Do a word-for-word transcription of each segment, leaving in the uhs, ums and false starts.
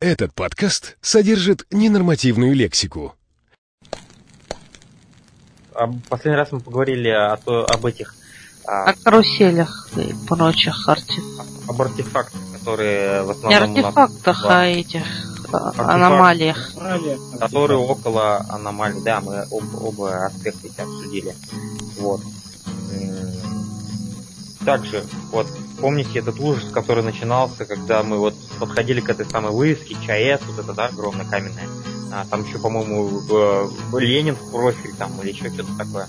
Этот подкаст содержит ненормативную лексику. Последний раз мы поговорили о, об этих... О каруселях и прочих артефактах. Об артефактах, которые в основном... Не артефактах, а этих аномалиях. Которые около аномалий. Да, мы об, оба аспекта эти обсудили. Вот. Также, вот, помните этот ужас, который начинался, когда мы вот подходили к этой самой вывеске, ЧАЭС, вот это, да, огромная каменная. А, там еще, по-моему, Ленин в профиль, там, или еще что-то такое.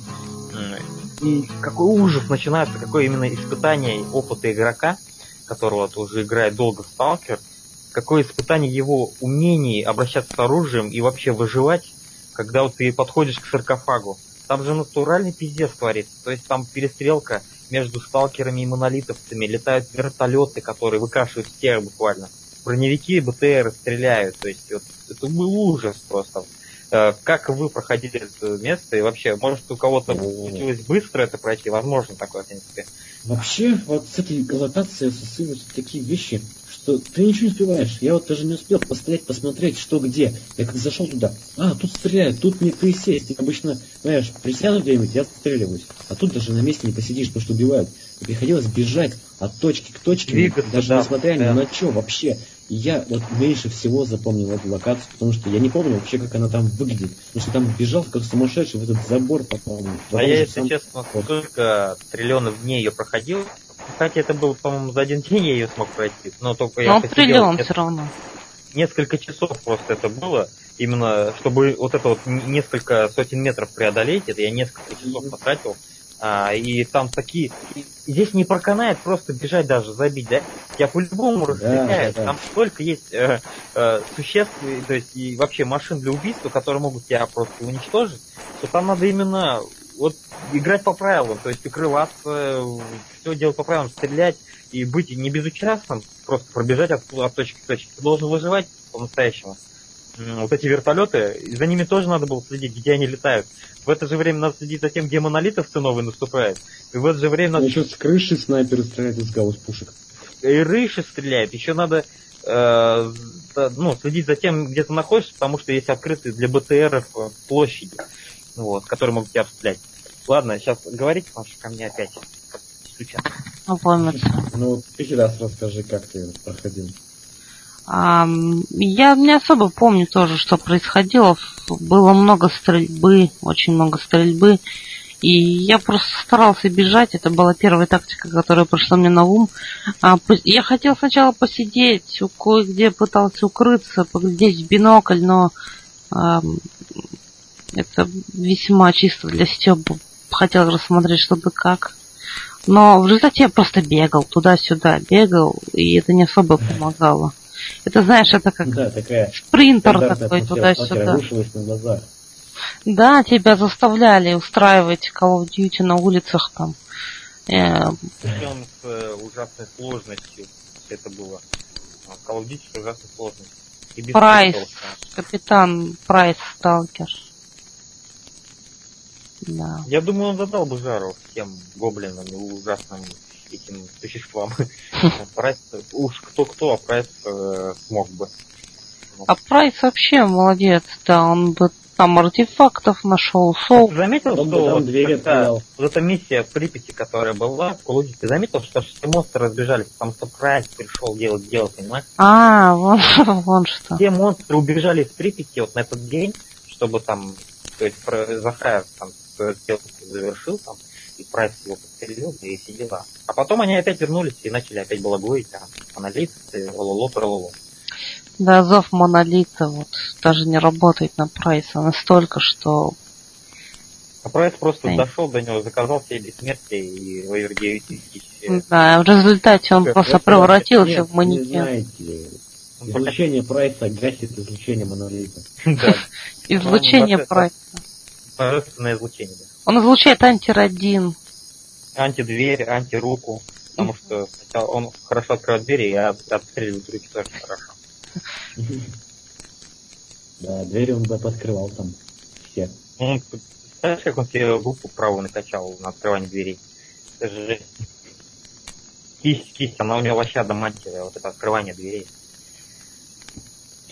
И какой ужас начинается, какое именно испытание опыта игрока, которого вот уже играет долго в Сталкер, какое испытание его умений обращаться с оружием и вообще выживать, когда вот ты подходишь к саркофагу. Там же натуральный пиздец творится, то есть там перестрелка между сталкерами и монолитовцами, летают вертолеты, которые выкашивают всех буквально. Броневики и БТРы стреляют, то есть вот, это был ужас просто. Э, как вы проходили это место и вообще, может у кого-то получилось быстро это пройти, возможно такое, в принципе. Вообще, вот с этой локацией ассоциируются такие вещи, что ты ничего не успеваешь. Я вот даже не успел постоять, посмотреть, что где. Я как зашел туда, а, тут стреляют, тут не присесть. И обычно, знаешь, присяду где-нибудь, я отстреливаюсь. А тут даже на месте не посидишь, потому что убивают. И приходилось бежать от точки к точке, двигаться, даже да, несмотря да. ни на что вообще. И я вот меньше всего запомнил эту локацию, потому что я не помню вообще, как она там выглядит. Потому что там бежал как сумасшедший в этот забор потом. А я, если сам... честно, вот. Только триллионов дней ее проходил. Кстати, это был, по-моему, за один день я ее смог пройти. Но только я триллион все равно. Несколько часов просто это было. Именно, чтобы вот это вот несколько сотен метров преодолеть, это я несколько часов потратил. А, и там такие... Здесь не проканает просто бежать даже, забить, да? Тебя по-любому расстреляют. Да, да. Там столько есть э, э, существ, то есть и вообще машин для убийства, которые могут тебя просто уничтожить, что там надо именно вот играть по правилам, то есть укрываться, все делать по правилам, стрелять и быть не безучастным, просто пробежать от, от точки к точке. Ты должен выживать по-настоящему. Вот эти вертолеты, за ними тоже надо было следить, где они летают. В это же время надо следить за тем, где монолитовцы новые наступают. И в это же время надо... Еще с крыши снайперы стреляют из гаусс-пушек. И рыши стреляют. Еще надо э, ну, следить за тем, где ты находишься, потому что есть открытые для БТРов площади, вот, которые могут тебя обстрелять. Ладно, сейчас говорите, потому что ко мне опять стучат. Ну, ты раз расскажи, как ты проходил. А, я не особо помню тоже, что происходило. Было много стрельбы, очень много стрельбы. И я просто старался бежать. Это была первая тактика, которая пришла мне на ум. А, я хотел сначала посидеть, кое-где пытался укрыться, поглядеть в бинокль, но а, это весьма чисто для стёба. Хотел рассмотреть, что да как. Но в результате я просто бегал туда-сюда, бегал, и это не особо помогало. Это, знаешь, это как да, такая спринтер такой туда-сюда. Да, тебя заставляли устраивать Call of Duty на улицах там. Причем с э, ужасной сложностью это было. Call of Duty с ужасной сложностью. Прайс, капитан Прайс Сталкер. Да. Я думаю, он задал бы жару тем гоблинам и ужасным этим существам. Прайс, уж кто-кто, а Прайс э, смог бы. А Прайс вообще молодец, да, он бы там артефактов нашел, сол. Ты заметил, он что вот, когда, вот эта миссия в Припяти, которая была в Колуде, ты заметил, что все монстры разбежались, потому что Прайс пришел делать дело, понимаешь? А, вон, вон что. Все монстры убежали из Припяти вот на этот день, чтобы там, то есть Захаров там свое дело завершил там, и Прайс его подстрелил, и все дела. А потом они опять вернулись и начали опять балагурить, там, монолиты, лололо, прололо. Да, зов монолита вот даже не работает на Прайса настолько, что... А Прайс просто Эй. дошел до него, заказал себе бессмертие и вывергивает. Да, в результате он как просто превратился нет, в манекен. Излучение Прайса гасит излучение монолита. Излучение Прайса. Божественное излучение, да. Он излучает антирадин. Антидверь, антируку. Потому что сначала он хорошо открывает двери, и обстреливает руки тоже хорошо. Да, двери он бы подкрывал там все. Ну, знаешь, как он себе руку правую накачал на открывание дверей? Это же жесть. Кисть, кисть, она у него вообще адамантиевая, вот это открывание дверей.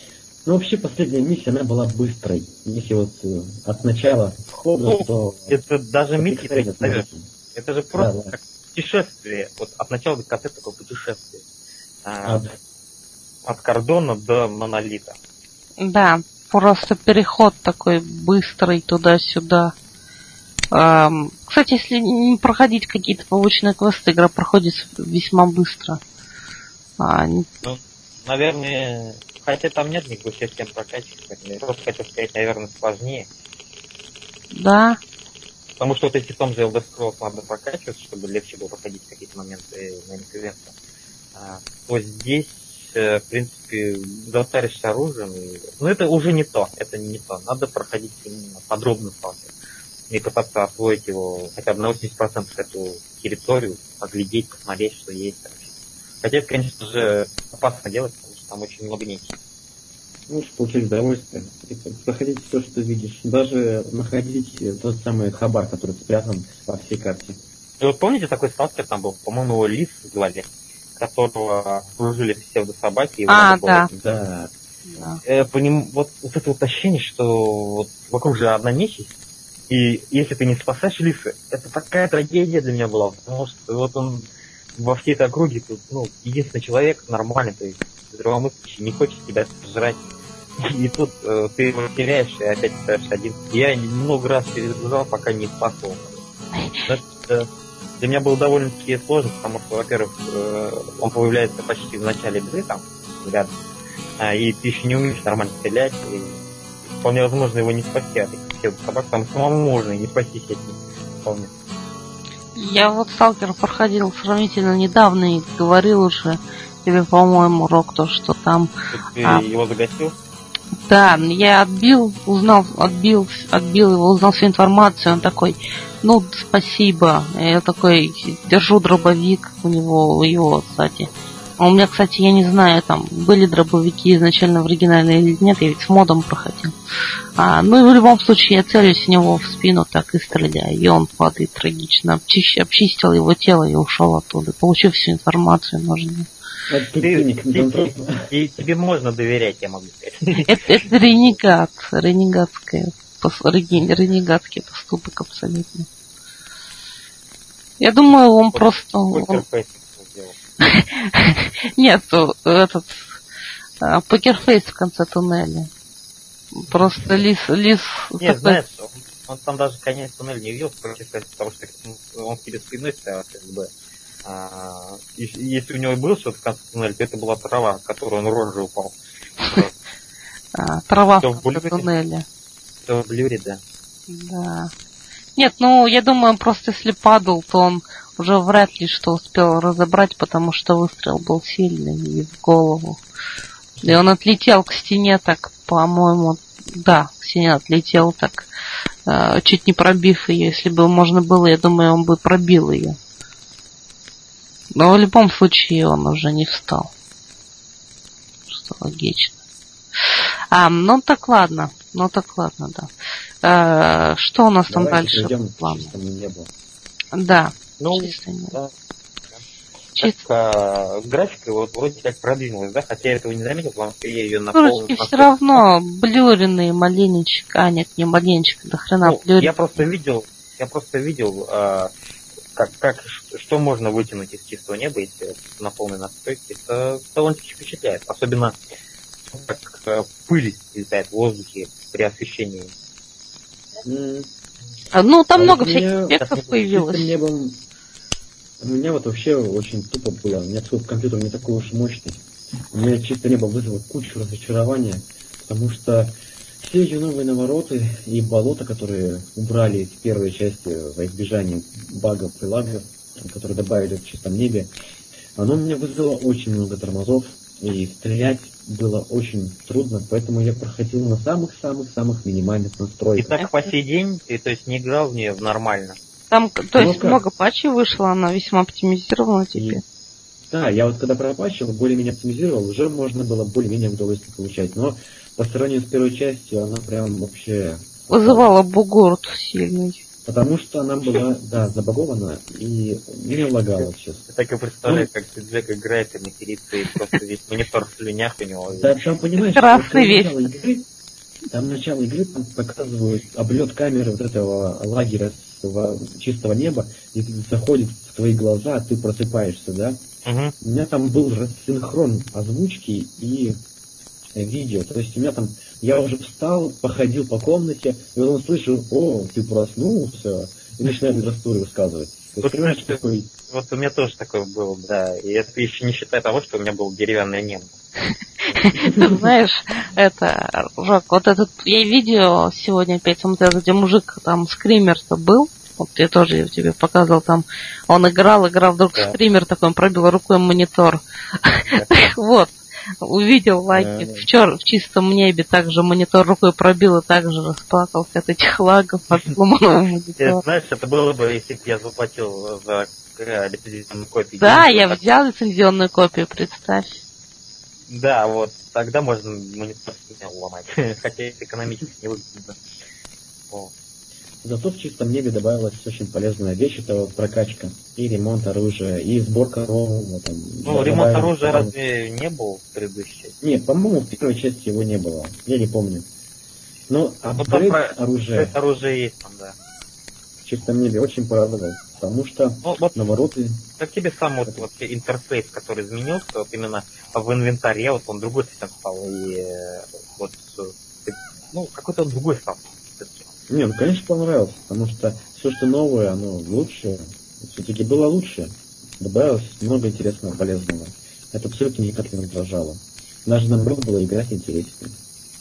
Ну, вообще, последняя миссия, она была быстрой. Если вот э, от начала входа, Ну, то... это даже миссия это не назовешь. Это же просто Да, да. как путешествие. Вот от начала до конца такое путешествие. А, От- От кордона до монолита. Да, просто переход такой быстрый туда-сюда. Ам, Кстати, если не проходить какие-то побочные квесты, игра проходит весьма быстро. А, не- Ну, наверное, хотя там нет никакой систем прокачки, я просто хотел сказать, наверное, сложнее. Да, Потому что вот эти в том же Elder Scrolls надо прокачиваться, чтобы легче было проходить какие-то моменты на инквизенции. А, то здесь, э, в принципе, затаришься оружием. И... Но это уже не то, это не то. Надо проходить именно подробно сталкер. И пытаться освоить его хотя бы на восемьдесят процентов эту территорию, поглядеть, посмотреть, что есть. Хотя это, конечно же, опасно делать, потому что там очень много нечего. Можешь получить удовольствие. И проходить все, что видишь. Даже находить э, тот самый хабар, который спрятан по всей карте. И вот помните, такой сталкер там был, по-моему, его Лис звали, которого окружили псевдособаки. Его А, надо было- да. Да. да. Э, по ним, вот, вот это вот ощущение, что вот вокруг же одна нечисть, и если ты не спасаешь Лиса, это такая трагедия для меня была, потому что вот он во всей этой округе, тут, ну, единственный человек нормальный, то есть здравомыслящий, не хочет тебя сожрать. И тут э, ты его теряешь и опять остаешься один. Я много раз перезагружал, пока не спас его. Потому что для меня было довольно-таки сложно, потому что, во-первых, э, он появляется почти в начале игры, там, рядом, а, и ты еще не умеешь нормально стрелять, и вполне возможно его не спасти от этих всех собак, там самому можно и не спастись от них, вполне. Я вот сталкер проходил сравнительно недавно и говорил уже тебе, по-моему, Рок, то, что там... Ты А. его загасил? Да, я отбил, узнал, отбил, отбил его, узнал всю информацию, он такой, ну, спасибо. Я такой, держу дробовик у него, у его, кстати. А у меня, кстати, я не знаю, там, были дробовики изначально в оригинале или нет, я ведь с модом проходил. А, ну и в любом случае я целюсь в него в спину, так и стреляю, и он падает трагично. Обчищ, обчистил его тело и ушел оттуда, получив всю информацию нужную. Это Ты, ты не ты- концентрируй. и тебе можно доверять, я могу сказать. Это, это ренегат, ренегатское, пос- рене- ренегатский поступок абсолютно. Я думаю, он просто... он- Покерфейсинг сделал. Нет, этот а, покерфейс в конце туннеля. Просто лис, лис Нет, такой- знаешь, он, он там даже конец туннеля не видел, потому что ну, он перед спиной стоял, как бы. А, и, и если у него был что-то в конце туннеля, то это была трава, в которую он рожей упал. а, трава Всё в в конце блюре. туннеля. Это в блюре, да. Да. Нет, ну, я думаю, он просто если падал, то он уже вряд ли что успел разобрать, потому что выстрел был сильный и в голову. И он отлетел к стене так, по-моему, да, к стене отлетел так, э, чуть не пробив ее. Если бы можно было, я думаю, он бы пробил ее. Но в любом случае он уже не встал. Что логично. А, ну так ладно. Ну так ладно, да. А, что у нас там Давайте дальше? перейдем по к плану? чистому небу. Да. Ну, чисто небо. да. Чисто. Так, а, графика вот вроде как продвинулась, да? Хотя я этого не заметил, потому что я ее на Кружки все равно блюренные маленечко. А, нет, не маленечко, до хрена Ну, блюренные. я просто видел, я просто видел, а, как, как, что можно вытянуть из чистого неба, если на полной настройке. Это довольно-таки впечатляет. Особенно как а, пыль летает в воздухе при освещении. М, А, ну, там А много вот у меня всяких эффектов чистым появилось. небом у меня вот вообще очень тупо было. У меня свой компьютер не такой уж мощный. У меня чистое небо вызвало кучу разочарования, потому что все эти новые навороты и болота, которые убрали в первой части во избежание багов и лагов, которые добавили в чистом небе, оно у меня вызвало очень много тормозов, и стрелять было очень трудно, поэтому я проходил на самых-самых-самых минимальных И настройках. так по сей день ты, то есть, не играл в нее нормально. Там, то Ну, есть, как? много патчей вышло, она весьма оптимизирована теперь. И- Да, я вот когда пропачивал, более-менее оптимизировал, уже можно было более-менее удовольствие получать. Но по сравнению с первой частью, она прям вообще... Вызывала бугорт сильный. Потому что она была, да, забагована и не лагала, честно. Я так и представляю, как Джек играет и матерится, и просто весь монитор в слюнях у него. Да, там, понимаешь, красный весь. начало игры, там начало игры там показывают облет камеры вот этого лагеря с чистого неба, и заходит в твои глаза, а ты просыпаешься, да? Угу. У меня там был рассинхрон озвучки и видео. То есть у меня там, я уже встал, походил по комнате, и потом слышу, о, ты проснулся, и начинает из истории рассказывать. То есть, понимаешь, такой... Вот у меня тоже такое было, да. И это еще не считая того, что у меня был деревянный небо. Ты знаешь, это, Жак, вот этот, я видео сегодня опять смотрел, где мужик там скример-то был, вот я тоже я тебе показывал, там он играл, играл, вдруг Да. скример такой, он пробил рукой монитор. Вот, увидел лайки Да, да. в, чер- в чистом небе, также монитор рукой пробил и также расплакался от этих лагов, от сломанного Ты монитора. знаешь, это было бы, если бы я заплатил за э, лицензионную копию. Да, денег, я вот так. взял лицензионную копию, представь. Да, вот, тогда можно монитор ломать. Хотя это экономически не выгодно. О. Зато в чистом небе добавилась очень полезная вещь, это вот прокачка и ремонт оружия, и сборка нового. Там, Ну, добавили- ремонт оружия разве не был в предыдущей части? Нет, по-моему, в первой части его не было. Я не помню. Но Ну, там апгрейд про- оружия Это оружие есть там, да. в чистом небе очень порадовал, потому что Ну, вот навороты... как тебе сам вот, вот интерфейс, который изменился, вот именно в инвентаре, вот он другой совсем стал, и э, вот, э, ну, какой-то он другой стал. Не, ну, конечно, понравился, потому что все, что новое, оно лучше. Все-таки было лучше. Добавилось много интересного, полезного. Это абсолютно никак не раздражало. Даже наоборот было играть интереснее.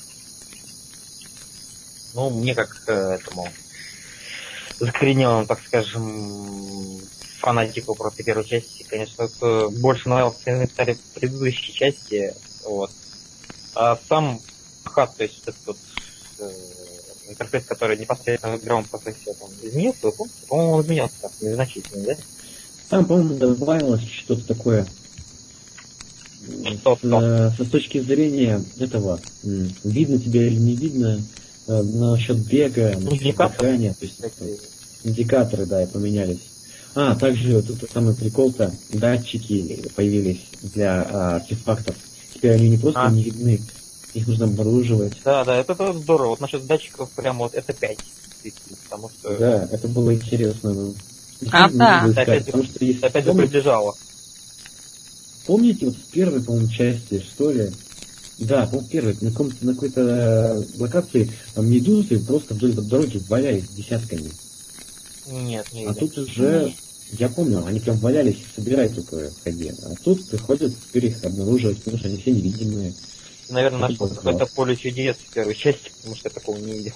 Ну, мне как э, этому закоренелому, так скажем, фанатику просто первой части, конечно, это больше нравился инвентарь предыдущей части, вот. А сам хат, то есть этот вот э, интерфейс, который непосредственно в игровом процессе там изменился, вы помните? По-моему, он изменился так, незначительно, да? Там, по-моему, добавилось что-то такое. Что, С, э, со точки зрения этого, м, видно тебе или не видно, э, насчет бега, насчет Индикатор? дыхания, то есть Кстати, индикаторы, да, и поменялись. А, также тут самый прикол-то, датчики появились для а, артефактов. Теперь они не просто А. не видны, их нужно обнаруживать. Да, да, это, это здорово. Вот насчет датчиков прямо вот это пять. Потому что Да, это было интересно. Ну. А, Действительно, да. нужно искать, Опять- потому что если опять же помните, приближало. помните, вот в первой, по-моему, части, что ли, да, по-моему, в первой, на, каком-то, на какой-то э, локации там медузы просто вдоль дороги валялись десятками. Нет, не А видел. тут уже, я помню, они прям валялись, собирай только в ходе. А тут приходят теперь их обнаруживать, потому что они все невидимые. Наверное, это нашел было какое-то поле чудес в первой части, потому что я такого не видел.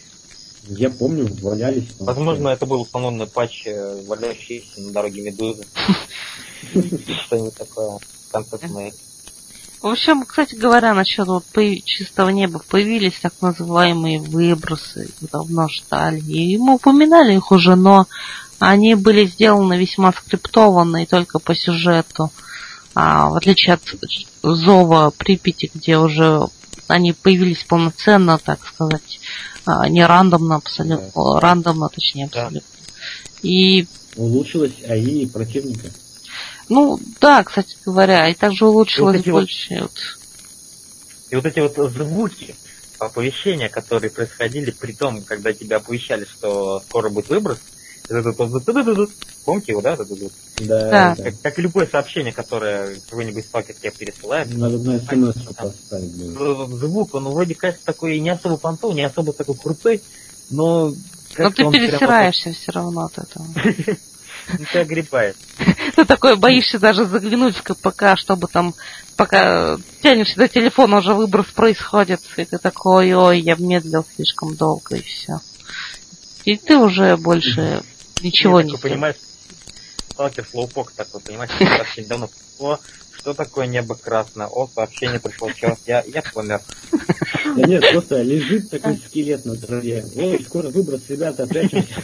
Я помню, валялись. потому Возможно, это был установленный патч, э, валяющийся на дороге медузы. Что-нибудь такое концептное. В общем, кстати говоря, насчет вот появ- чистого неба появились так называемые выбросы, их давно ждали. И мы упоминали их уже, но они были сделаны весьма скриптованно и только по сюжету. А, в отличие от Зова Припяти, где уже они появились полноценно, так сказать, а, не рандомно абсолютно, о, рандомно, точнее, Да. абсолютно. И Улучшилась АИ противника. ну, да, кстати говоря, и также улучшилось эти вот- больше. Вот. И вот эти вот звуки, оповещения, которые происходили при том, когда тебя оповещали, что скоро будет выброс, это вот вот ту-ду-ду-ду. Помните его, да? этот звук? Да, Да. да. Как, как и любое сообщение, которое какой-нибудь сталкер тебе пересылает, Надо на смс поставить. было. звук, он вроде кажется такой не особо понтовый, не особо такой крутой, но... Но как-то ты он прям вот перестираешься все равно от этого. так- ну, ты огребаешь. Ты такой боишься даже заглянуть в КПК, чтобы там, пока тянешься до телефона, уже выброс происходит. И ты такой, ой, я медлил слишком долго, и все. И ты уже больше ничего Я не такой, сделаешь. понимаешь, сталкер слоупок такой, понимаешь, сообщение давно пришло, что такое небо красное, о, сообщение пришло, черт, я, я помер. Да нет, просто лежит такой скелет на траве. Ой, скоро выброс, ребята, прячемся.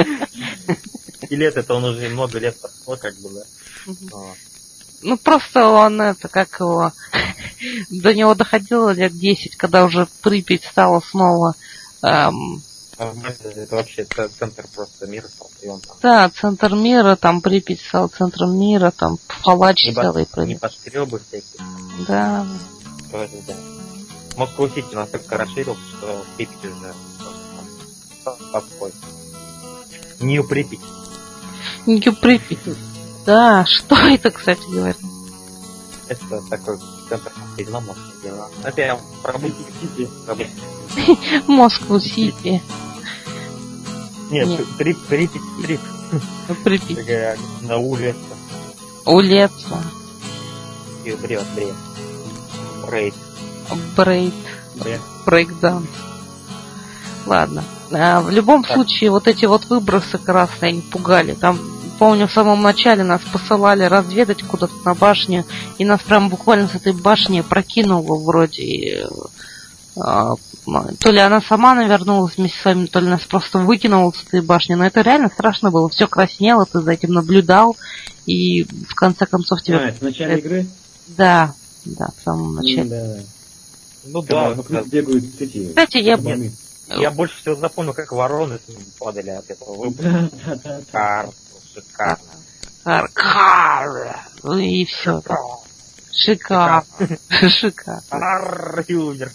И лет это он уже много лет прошло, как бы, да. Мгм. Вот. Ну, просто он, это, как его, до него доходило лет десять, когда уже Припять стала снова эм, Это вообще центр просто мира стал, и он там. Да, центр мира, там Припять стал центром мира, там палач целый происходит. Небоскребы всякие. Да. Тоже, да. Москва-Сити настолько расширился, что в Припять уже подходит. Нью-Припять. Нью-Припять. Да, что это, кстати говоря? Это такой центр на Москве. Это я про Сити. Москву-Сити. Нет, Припять, Припять, Припять. Припять. Такая на улице. Улица. И бред, бред. Брейд. Брейд. Брейкданс. Ладно. А, в любом так. случае, вот эти вот выбросы красные, они пугали. Там, помню, в самом начале нас посылали разведать куда-то на башню, и нас прям буквально с этой башни прокинуло вроде. А, то ли она сама навернулась вместе с вами, то ли нас просто выкинуло с этой башни. Но это реально страшно было. Все краснело, ты за этим наблюдал, и в конце концов тебе... А, это в начале это... игры? Да, да, в самом начале. Mm, да. Ну да, вокруг да. бегают эти... Кстати, я... Я больше всего запомнил, как вороны падали от этого выбора. Шикарно. Шикарно. Шикарно. И все. Шикарно. Шикарно. Юмор.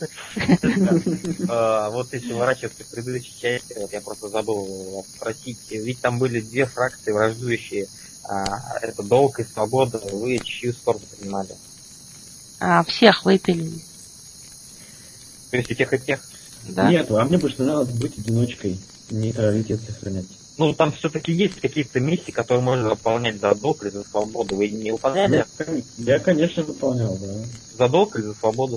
Вот если ворачиваться к предыдущей части, вот я просто забыл спросить, ведь там были две фракции враждующие. Это Долг и Свобода. Вы чью сторону принимали? А, всех выпили. То есть и тех, и тех? Да? Нет, а мне больше нравилось быть одиночкой, нейтралитет сохранять. Ну, там все-таки есть какие-то миссии, которые можно выполнять за долг или за свободу. Вы не выполняли? Я, конечно, выполнял, да. За долг или за свободу?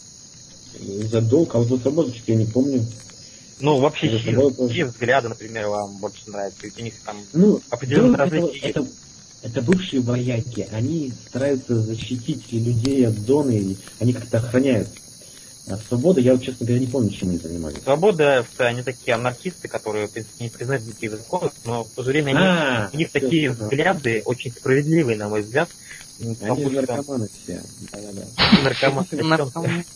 За долг, а вот за свободу что-то я не помню. Ну, вообще, чьи взгляды, например, вам больше нравятся? Ведь у них там ну, определенные различия это, это, это бывшие вояки. Они стараются защитить людей от зоны, и они как-то охраняют. А Свобода, я вот, честно говоря, не помню, чем они занимались. Свобода, они такие анархисты, которые, в принципе, не признают никаких законов, но в то же время они, у них такие взгляды очень справедливые, на мой взгляд. Они же наркоманы все. Наркоманы.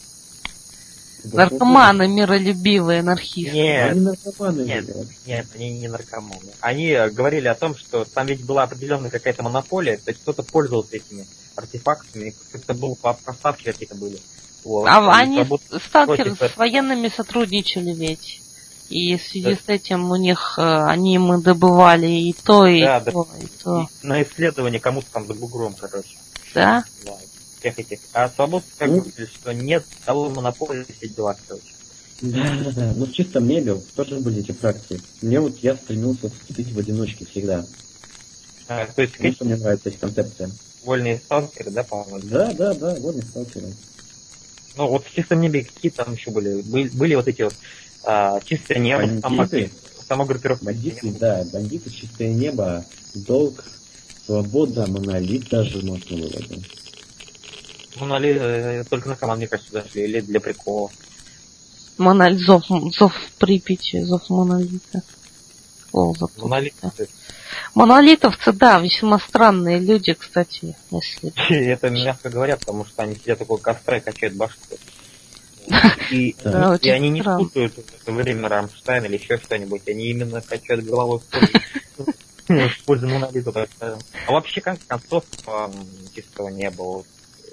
Наркоманы, миролюбивые, анархисты. Нет, они наркоманы. Нет, нет, они не наркоманы. Они говорили о том, что там ведь была определенная какая-то монополия, то есть кто-то пользовался этими артефактами, как-то было по поставке какие-то были. Вот. А они, сталкеры, с военными сотрудничали ведь. И в связи да. с этим у них, они мы добывали и то, и да, то, да. и то. И на исследование кому-то там за бугром, короче. Да? Да. Тех и тех. А Свобода как ну, говорили, что нет того монополии, все дела, короче. Да, да, да. Ну в чистом небе тоже были эти фракции. Мне вот я стремился вступить в одиночке всегда. А, то есть, потому что мне нравится эта концепция. Вольные сталкеры, да, по-моему? Да, да, да, вольные сталкеры. Ну, вот в чистом небе какие там еще были? Были, были вот эти вот а, чистое небо, бандиты, сама группировка. Бандиты, да, бандиты, чистое небо, долг, свобода, монолит даже можно было. Да. Монолит э, только на команду, мне кажется, зашли, или для прикола. Монолит, зов, зов Припяти, зов монолита. О, монолит. Монолитовцы, да, весьма странные люди, кстати, если... Это мягко говоря, потому что они сидят такой костра и качают башку. И, да, и они не путают в время Рамштайн или еще что-нибудь, они именно качают головой в пользу монолита, так скажем. А вообще, как концов чистого неба?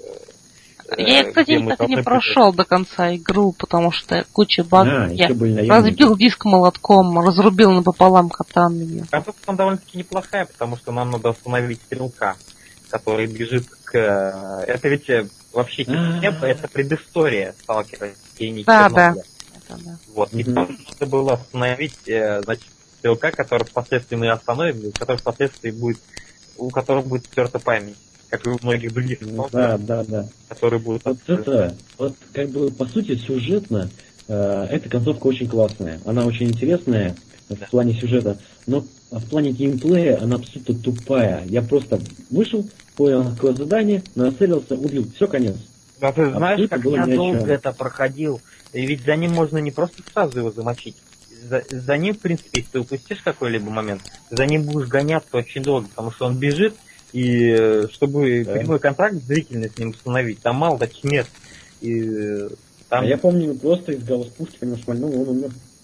Я, кстати, так и не прошел до конца игру, потому что куча багов. Я разбил диск молотком, разрубил напополам катанами. Концовка там довольно-таки неплохая, потому что нам надо установить стрелка, который бежит к... Это ведь вообще небо, это предыстория сталкера. Да, да. Вот, и там надо было остановить, значит, стрелка, который впоследствии мы остановим, который впоследствии будет, у которого будет стерта память. Как и у многих других, ну, да, да, да. которые будут... Вот это, вот как бы по сути сюжетно, э, эта концовка очень классная. Она очень интересная да. в плане сюжета, но в плане геймплея она абсолютно тупая. Я просто вышел, понял какое задание, нацелился, убил. Все, конец. Да ты знаешь, абсолютно как я долго это проходил. И ведь за ним можно не просто сразу его замочить. За, за ним, в принципе, если ты упустишь какой-либо момент, за ним будешь гоняться очень долго, потому что он бежит. И чтобы да. прямой контракт зрительный с ним установить, там мало таких мест. И, там... А я помню, просто из гаусс-пушки, понимаешь, вальнул, он умер.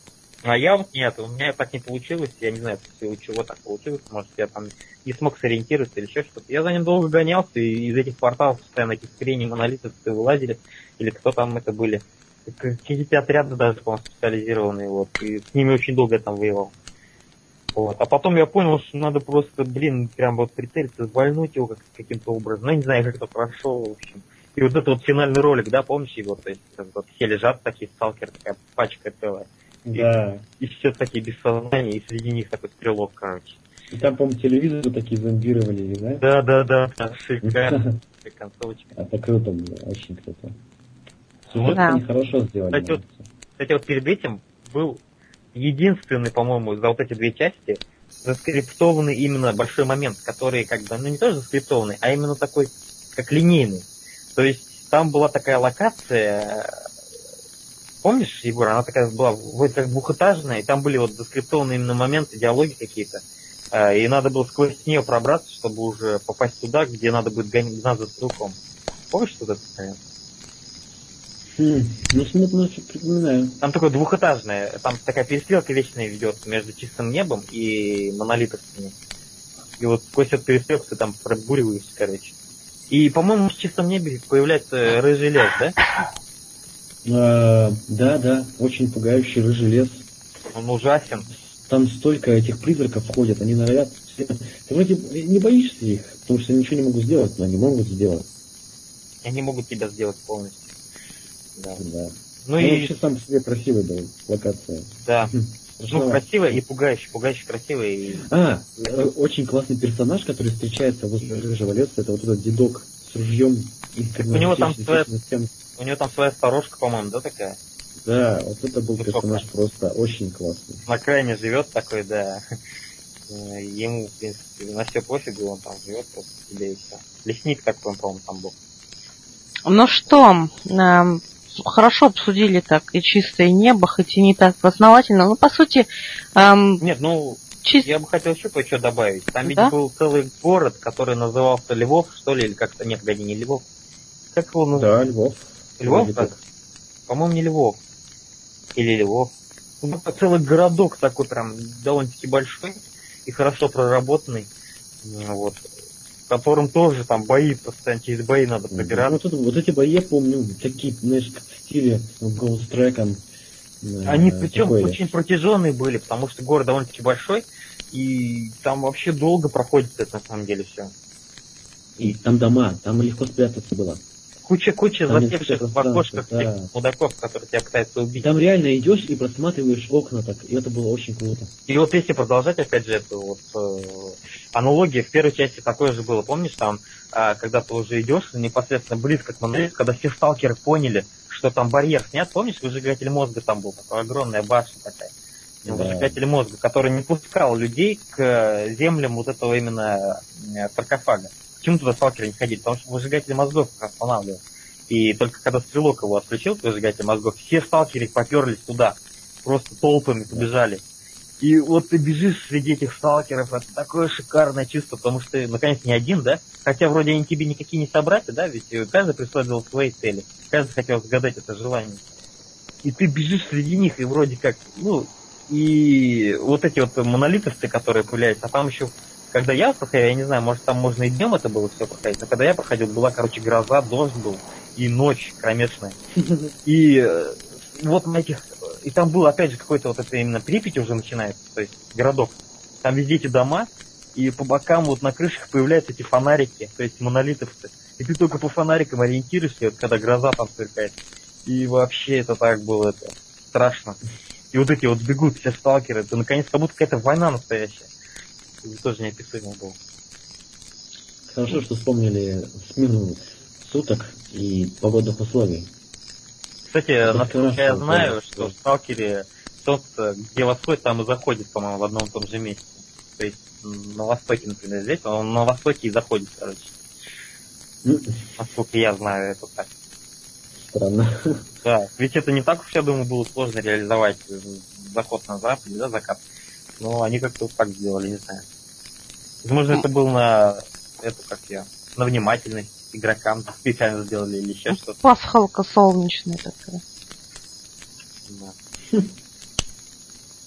А я вот нет, у меня так не получилось, я не знаю, у чего так получилось, может, я там не смог сориентироваться или еще что-то. Я за ним долго гонялся, и из этих порталов постоянно какие-то хрени монолитовцы вылазили, или кто там это были. Какие-то отряды даже, по-моему, специализированные, вот, и с ними очень долго я там воевал. Вот. А потом я понял, что надо просто, блин, прям вот прицелиться, вальнуть его как, каким-то образом. Ну, я не знаю, как это прошло, в общем. И вот этот вот финальный ролик, да, помнишь его? То есть вот все лежат такие сталкеры, такая пачка целая. Да. И, и все такие без сознания, и среди них такой стрелок, короче. И там, по-моему, телевизоры такие зомбировали, да? Да, да, да, да, шикарно. Концовочка. Это круто было, очень круто. Сюжет Да. они хорошо сделали. Кстати вот, кстати, вот перед этим был единственный, по-моему, за вот эти две части заскриптованный именно большой момент, который как бы, ну не тоже заскриптованный, а именно такой, как линейный. То есть там была такая локация, помнишь, Егор, она такая была вроде как двухэтажная, и там были вот заскриптованные именно моменты, диалоги какие-то, и надо было сквозь нее пробраться, чтобы уже попасть туда, где надо будет гнаться за стрелком. Помнишь, что это момент? Хм, ну, смутно что припоминаю. Там такое двухэтажное, там такая перестрелка вечная ведет между чистым небом и монолитовцами. И вот сквозь эту перестрелку ты там пробуриваешься, короче. И, по-моему, в чистом небе появляется рыжий лес, да? А, да, да, очень пугающий рыжий лес. Он ужасен. Там столько этих призраков ходят, они норовят. Ты вроде не боишься их, потому что ничего не могут сделать, но они могут сделать. Они могут тебя сделать полностью. Да. Да. Ну Ну, и... вообще сам по себе красивый был, локация. Да. Хм, Ну, страшновато. красивая и пугающая. Пугающая, красивая и... А, э, очень классный персонаж, который встречается возле рыжего леса, это вот этот дедок с ружьем. У него там своя... Системы. У него там своя сторожка, по-моему, да, такая? Да, вот это был Высокая. персонаж просто очень классный. На окраине живет такой, да. Ему, в принципе, на все пофигу, он там живет просто себе и все. Лесник такой, он, по-моему, там был. Ну что, эм, хорошо обсудили так и чистое небо, хоть и не так основательно, но по сути... эм, Нет, ну, чис- я бы хотел еще кое-что добавить. Там ведь Да? был целый город, который назывался Львов, что ли, или как-то... Нет, погоди, не Львов. Как его называют? Да, Львов. Львов, Вроде так? так. По-моему, не Львов. Или Львов. Ну, это целый городок такой прям довольно-таки большой и хорошо проработанный. Ну, вот. В котором тоже там бои, постоянно через бои надо Ну, пробираться. вот, это- вот эти бои я помню, такие, знаешь, как в стиле Ghost Recon. э, Они причем такой. очень протяженные были, потому что город довольно-таки большой, и там вообще долго проходит это на самом деле все. И там дома, там легко спрятаться было. Куча-куча Там засевших несколько в окошках пространства, да. всех мудаков, которые тебя пытаются убить. Там реально идешь и просматриваешь окна так, и это было очень круто. И вот если продолжать, опять же, эту вот э, аналогию, в первой части такое же было, помнишь, там, э, когда ты уже идешь непосредственно близко к монолиту, когда все сталкеры поняли, что там барьер снят, помнишь, выжигатель мозга там был, такая огромная башня такая, Да. выжигатель мозга, который не пускал людей к э, землям вот этого именно э, саркофага. Почему туда сталкеры не ходили? Потому что выжигатель мозгов их останавливал. И только когда стрелок его отключил, выжигатель мозгов, все сталкеры поперлись туда. Просто толпами побежали. И вот ты бежишь среди этих сталкеров, это такое шикарное чувство, потому что ты, наконец, не один, да? Хотя вроде они тебе никакие не собратья, да? Ведь каждый преследовал свои цели. Каждый хотел загадать это желание. И ты бежишь среди них, и вроде как, ну, и вот эти вот монолитовцы, которые появляются, а там еще, когда я проходил, я не знаю, может там можно и днем это было все проходить, но когда я проходил, была, короче, гроза, дождь был, и ночь кромешная. И э, вот на этих... И там был, опять же, какой-то вот это именно Припять уже начинается, то есть городок. Там везде эти дома, и по бокам вот на крышах появляются эти фонарики, то есть монолитовцы. И ты только по фонарикам ориентируешься, вот когда гроза там сверкает. И вообще это так было, это страшно. И вот эти вот бегут все сталкеры, это наконец как будто какая-то война настоящая. Это тоже неописуемо было. Хорошо, что вспомнили смену суток и погодных условий. Кстати, Это насколько я хорошо, знаю, да, что да. в сталкере солнце, где восходит, там и заходит, по-моему, в одном и том же месте. То есть на востоке, например, здесь, он на востоке и заходит, короче. Ну, Насколько я знаю, это так. странно. Да, ведь это не так уж, я думаю, было сложно реализовать заход на западе, да, закат. Но они как-то вот так сделали, не знаю. Возможно, это был на эту, как я, на внимательность игрокам специально сделали или еще что-то. Пасхалка солнечная такая. Да.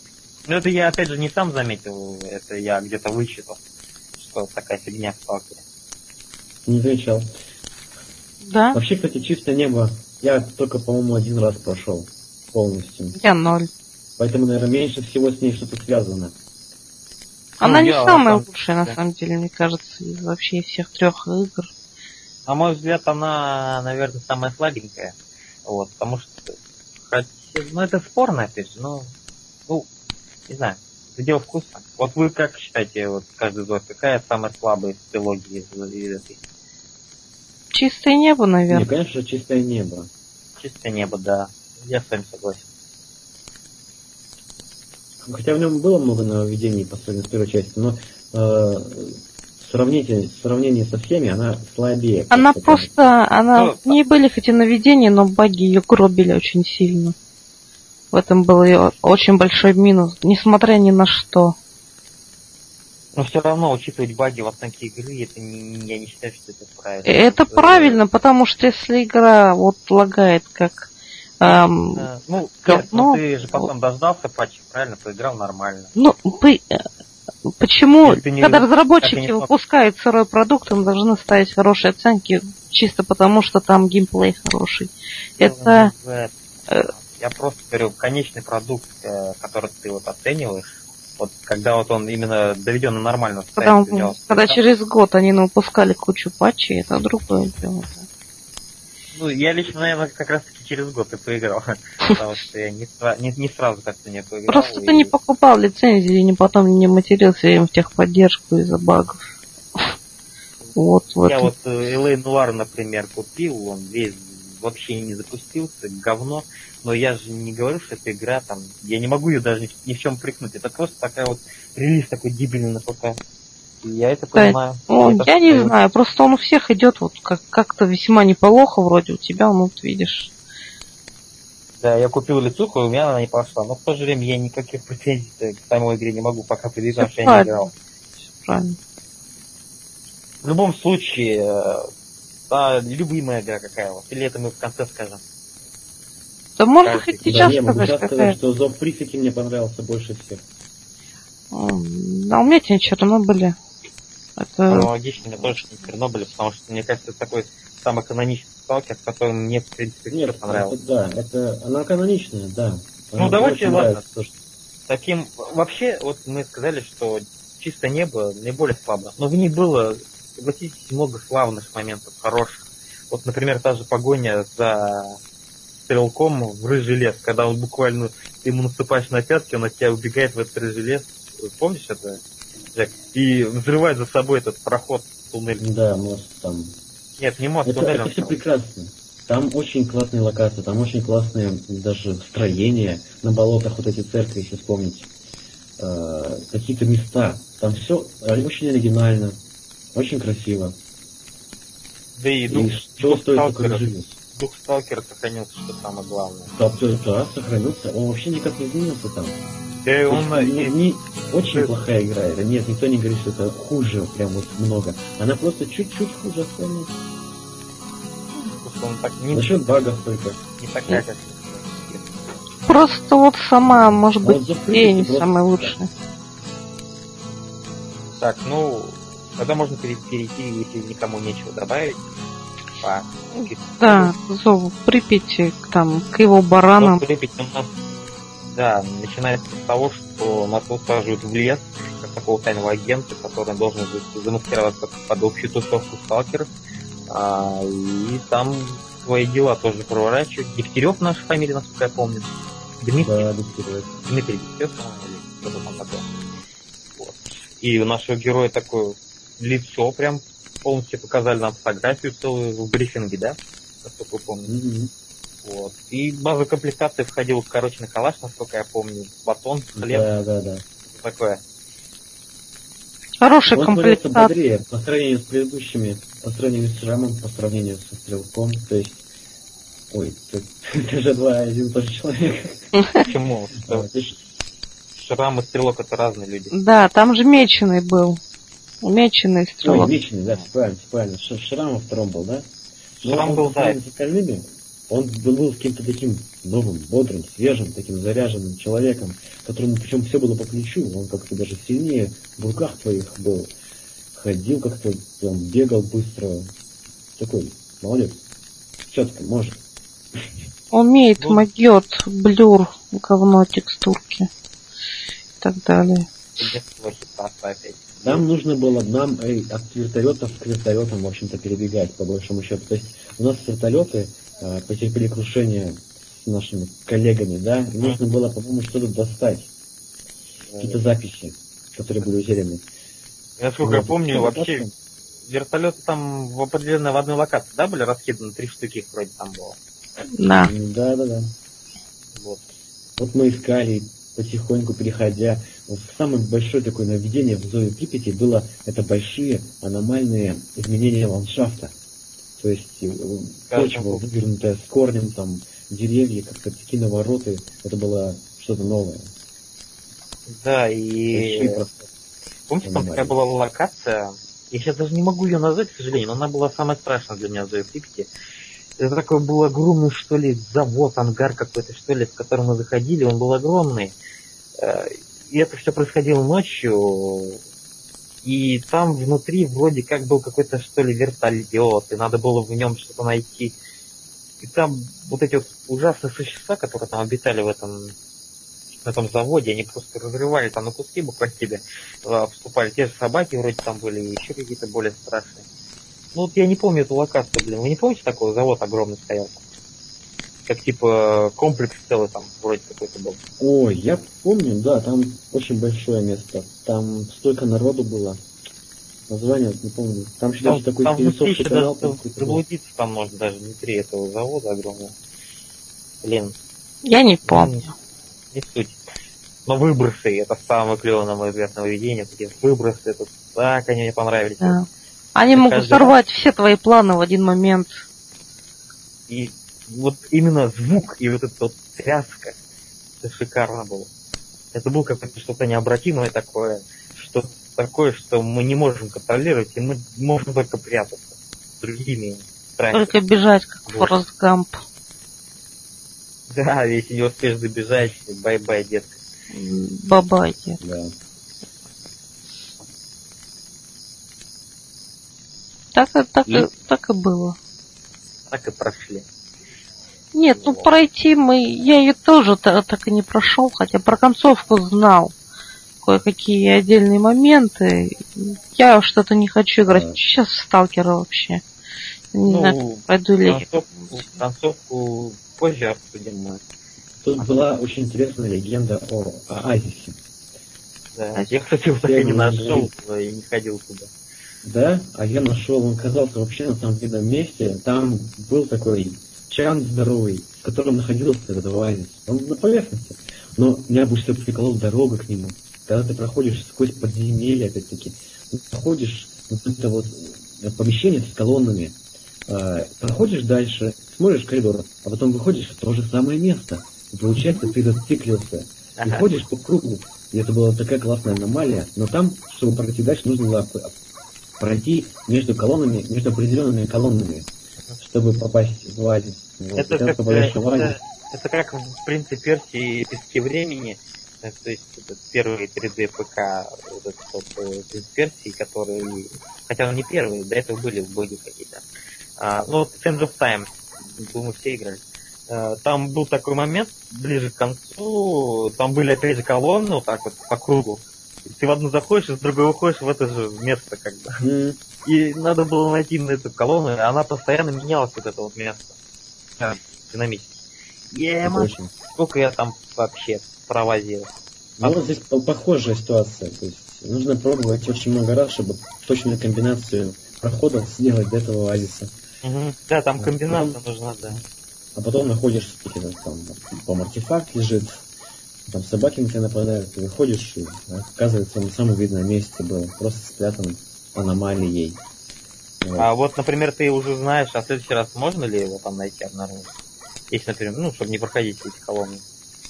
Ну это я опять же не сам заметил, это я где-то вычитал, что такая фигня в сталкере. Не замечал. Да? Вообще, кстати, чистое небо я только, по-моему, один раз прошел полностью. Я ноль. Поэтому, наверное, меньше всего с ней что-то связано. Она Ну, не я самая там- лучшая, на самом деле, мне кажется, из вообще из всех трех игр. На мой взгляд, она, наверное, самая слабенькая. Вот, потому что, хотя, ну это спорно, опять же, но, ну, не знаю, это дело вкуса. Вот вы как считаете, вот каждый из вас, какая самая слабая из трилогии из из этой? Чистое небо, Не, наверное. конечно, чистое небо. Чистое небо, да. Я с вами согласен. Хотя в нем было много нововведений по сравнению с первой частью, но э, в сравнении, в сравнении со всеми она слабее. Она как-то. просто, она, Ну, в ней были хоть и наведения, но баги ее гробили очень сильно. В этом был ее очень большой минус, несмотря ни на что. Но все равно учитывать баги в оценке игры, это не, я не считаю, что это правильно. Это Э, правильно, потому что если игра вот лагает как эм, э, Ну, нет, говно, ну ты же потом дождался патча, правильно, поиграл нормально. ну, вы- э, почему, Если ты не- когда как разработчики ты не смог- выпускают сырой продукт, им должны ставить хорошие оценки, чисто потому что там геймплей хороший. Это Дело не в этом. Я просто говорю, конечный продукт, э, который ты вот оцениваешь, вот когда вот он именно доведен на нормальную когда, состояние, когда через год они выпускали кучу патчей, это другое дело. Ну, я лично, наверное, как раз таки через год и поиграл, потому что я не, сра- не, не сразу как-то не поиграл. Просто и- ты не покупал лицензии и не потом не матерился им в техподдержку из-за багов. Вот, вот. Я вот э, эл эй Noir, например, купил, он весь вообще не запустился, говно, но я же не говорю, что эта игра там, я не могу ее даже ни, ни в чем прикнуть, это просто такая вот релиз такой дебильный на ПК. И я это Да, понимаю. Ну, Это я не что- знаю, просто он у всех идет вот как- как-то весьма неплохо вроде у тебя, ну вот видишь. Да, я купил лицуху, и у меня она не пошла, но в то же время я никаких претензий к самой игре не могу пока предъявить, потому что я не правильно. играл. Правильно. В любом случае, э, а, любимая игра какая у вас? Или это мы в конце скажем? Да можно Каждый. хоть Да, сейчас я могу сказать, сейчас какая. сказать, что Зов Прифики мне понравился больше всех. М, А у меня те Чернобыли. Это Аналогично мне тоже не Чернобыль, потому что, мне кажется, это такой самый каноничный сталкер, который мне, в принципе, всё Нет, понравился. это, да, это она каноничная, да. Ну, Она давайте, очень ладно. нравится, то, что- Таким, вообще, вот мы сказали, что чисто небо наиболее слабо, но в ней было, согласитесь, много славных моментов, хороших. Вот, например, та же погоня за стрелком в рыжий лес, когда он буквально, ты ему наступаешь на пятки, он от тебя убегает в этот рыжий лес. Помнишь это, Джек? И взрывает за собой этот проход, туннель. Да, мост там. Нет, не мост, Это, туннель. это он все там. прекрасно. Там очень классные локации, там очень классные даже строения на болотах, вот эти церкви, если вспомнить. Э, какие-то места. Там все очень оригинально, очень красиво. Да и дух, И что дух стоит только сталкера, живет. дух сталкера сохранился, что самое главное. Да, да, да, сохранился. Он вообще никак не изменился там. Да и он, То есть, и- не- не- очень Да. плохая игра. Это нет, никто не говорит, что это хуже, прям вот много. Она просто чуть-чуть хуже остальных. что он так не, Насчет багов только. не такая, как... просто вот сама, может А быть, вот за идея не Припяти просто- самая лучшая. Так, ну, тогда можно пере- перейти, если никому нечего добавить. По... Да, зов Припяти, там, к его Ну, баранам. Припять у нас, да, начинается с того, что нас усаживают в лес, как такого тайного агента, который должен быть замаскироваться под общую тусовку сталкеров. А, и там свои дела тоже проворачивают. Дегтярев наша фамилия, насколько я помню. Дмитрий. Да, Дегтярев. Дмитрий Дегтярев, или кто-то там такой. Вот. И у нашего героя такое лицо прям полностью показали нам фотографию целую в брифинге, да? Насколько я помню. Мгм. Вот. И база комплектации входила укороченный калаш, насколько я помню, батон, хлеб, Да, да, да. такое. Хорошая Он смотрится комплектация. бодрее по сравнению с предыдущими, по сравнению с Шрамом, по сравнению со Стрелком. То есть, ой, это, это же два один и тот же человек. Почему? А, Что то есть, Шрам и Стрелок это разные люди. Да, там же меченый был. Меченый Ой, стрелок. вечный, да, все правильно, все правильно. Ш- Шрам во втором был, да? Ну, Шрам а был, вот да. сравнению с остальными, Он был каким-то таким новым, бодрым, свежим, таким заряженным человеком, которому причем все было по плечу. Он как-то даже сильнее в руках твоих был. Ходил как-то, прям бегал быстро. Такой, молодец. Четко, может. Умеет, вот. Могет, блюр, говно, текстурки и так далее. Нам нужно было нам эй, от вертолетов к вертолетам, в общем-то, перебегать, по большому счету. То есть у нас вертолеты э, потерпели крушение с нашими коллегами, да, и нужно было, по-моему, что-то достать. Какие-то записи, которые были утеряны. Насколько вот. Я помню, вообще достать? Вертолеты там в определенной в одной локации, да, были раскиданы? Три штуки их вроде там было. Да. Да, да, да. Вот. Вот мы искали, потихоньку переходя. Самое большое такое наведение в зоне Припяти было это большие аномальные изменения ландшафта. То есть почва вывернутая с корнем, там деревья, как-то такие навороты. Это было что-то новое. Да, и помните, там такая была локация, я сейчас даже не могу ее назвать, к сожалению, но она была самая страшная для меня в зоне Припяти. Это такой был огромный, что ли, завод, ангар какой-то, что ли, в который мы заходили, он был огромный. И это все происходило ночью, и там внутри вроде как был какой-то, что ли, вертолет, и надо было в нем что-то найти. И там вот эти вот ужасные существа, которые там обитали в этом, на этом заводе, они просто разрывали там на куски буквально тебе, вступали. Те же собаки вроде там были, и еще какие-то более страшные. Ну вот я не помню эту локацию, блин. Вы не помните, такой завод огромный стоял? Как типа комплекс целый там вроде какой-то был. Ой, я помню, да, там очень большое место. Там столько народу было. Название не помню. Там еще даже такой пересохший канал. Там заблудиться там можно даже внутри этого завода огромного. Блин. Я не помню. Не, не суть. Но выбросы, это самое клевое, на мой взгляд, нововведение. Такие выбросы, это так они мне понравились. Да. Они это могут сорвать раз. Все твои планы в один момент. И вот именно звук и вот эта вот тряска, это шикарно было. Это было какое-то что-то необратимое такое, что-то такое, что мы не можем контролировать, и мы можем только прятаться другими странами. Только бежать, как вот. Форрест Гамп. Да, если не успеешь добежать, бай-бай, детка. Бабай, детка. Да. Так, так, и... так и было. Так и прошли. Нет, ну пройти мы... Я ее тоже так и не прошел, хотя про концовку знал. Кое-какие отдельные моменты. Я что-то не хочу играть. А... Сейчас в Сталкера вообще. Не ну, знаю, пойду ли. Концовку, концовку позже обсудим мы. Тут была очень интересная легенда о Оазисе. Да, я, кстати, его так и не нашел и не ходил туда. Да, а я нашел, он оказался вообще на самом видном месте. Там был такой чан здоровый, в котором находился этот оазис. Он на поверхности. Но меня больше всего приколола дорога к нему. Когда ты проходишь сквозь подземелье, опять-таки, проходишь вот это вот помещение с колоннами, э, проходишь дальше, смотришь коридор, а потом выходишь в то же самое место. И получается, ты зациклился. И ходишь по кругу. И это была такая классная аномалия. Но там, чтобы пройти дальше, нужно было пройти между колоннами, между определенными колоннами, чтобы попасть в оазис. Вот. Это, как, это, это как в «Принце Персии» и «Песке времени», то есть это первый три дэ ПК, вот этот вот «Принц Персии», который, хотя он не первый, до этого были боги какие-то. А, ну вот «Sands of Time», думаю, все играли. А, там был такой момент, ближе к концу, там были опять же колонны, вот так вот, по кругу. Ты в одну заходишь, из другой выходишь в это же место, как бы. Mm. И надо было найти на эту колонну, и она постоянно менялась, вот это вот место. А, динамически. Ема, сколько я там вообще провозил. Ну вот здесь похожая ситуация. То есть нужно пробовать очень много раз, чтобы точную комбинацию проходов сделать до этого оазиса. Угу. Да, там комбинация потом, нужна, да. А потом находишь, там, там артефакт лежит, там собаки на тебя нападают, ты выходишь, и оказывается, он на самом видном месте был, просто спрятан аномалией. Вот. А вот, например, ты уже знаешь, а в следующий раз можно ли его там найти, обнаружить? Если, например, ну, чтобы не проходить эти колонны.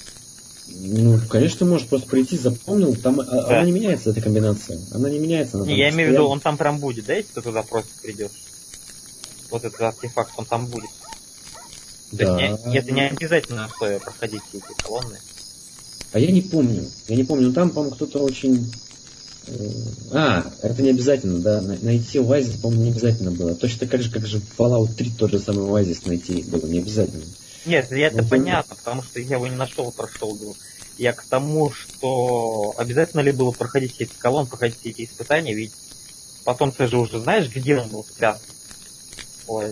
Ну, конечно, можешь просто прийти, запомнил, там да. Она не меняется, эта комбинация. Она не меняется. Она не, я имею в виду, он там прям будет, да, если ты туда просто придешь? Вот этот артефакт, он там будет. То Да. есть не, это не обязательно условие проходить все эти колонны. А я не помню. Я не помню. Там, по-моему, кто-то очень... э, А, это не обязательно, да. Най- Найти оазис, по-моему, не обязательно было. Точно так же, как же в Fallout три тот же самый оазис найти было не обязательно. Нет, это Ну, понятно, потому что я его не нашел, прошел был. Я к тому, что обязательно ли было проходить все эти колонны, проходить все эти испытания, ведь потом ты же уже знаешь, где он был спрятан. Ой.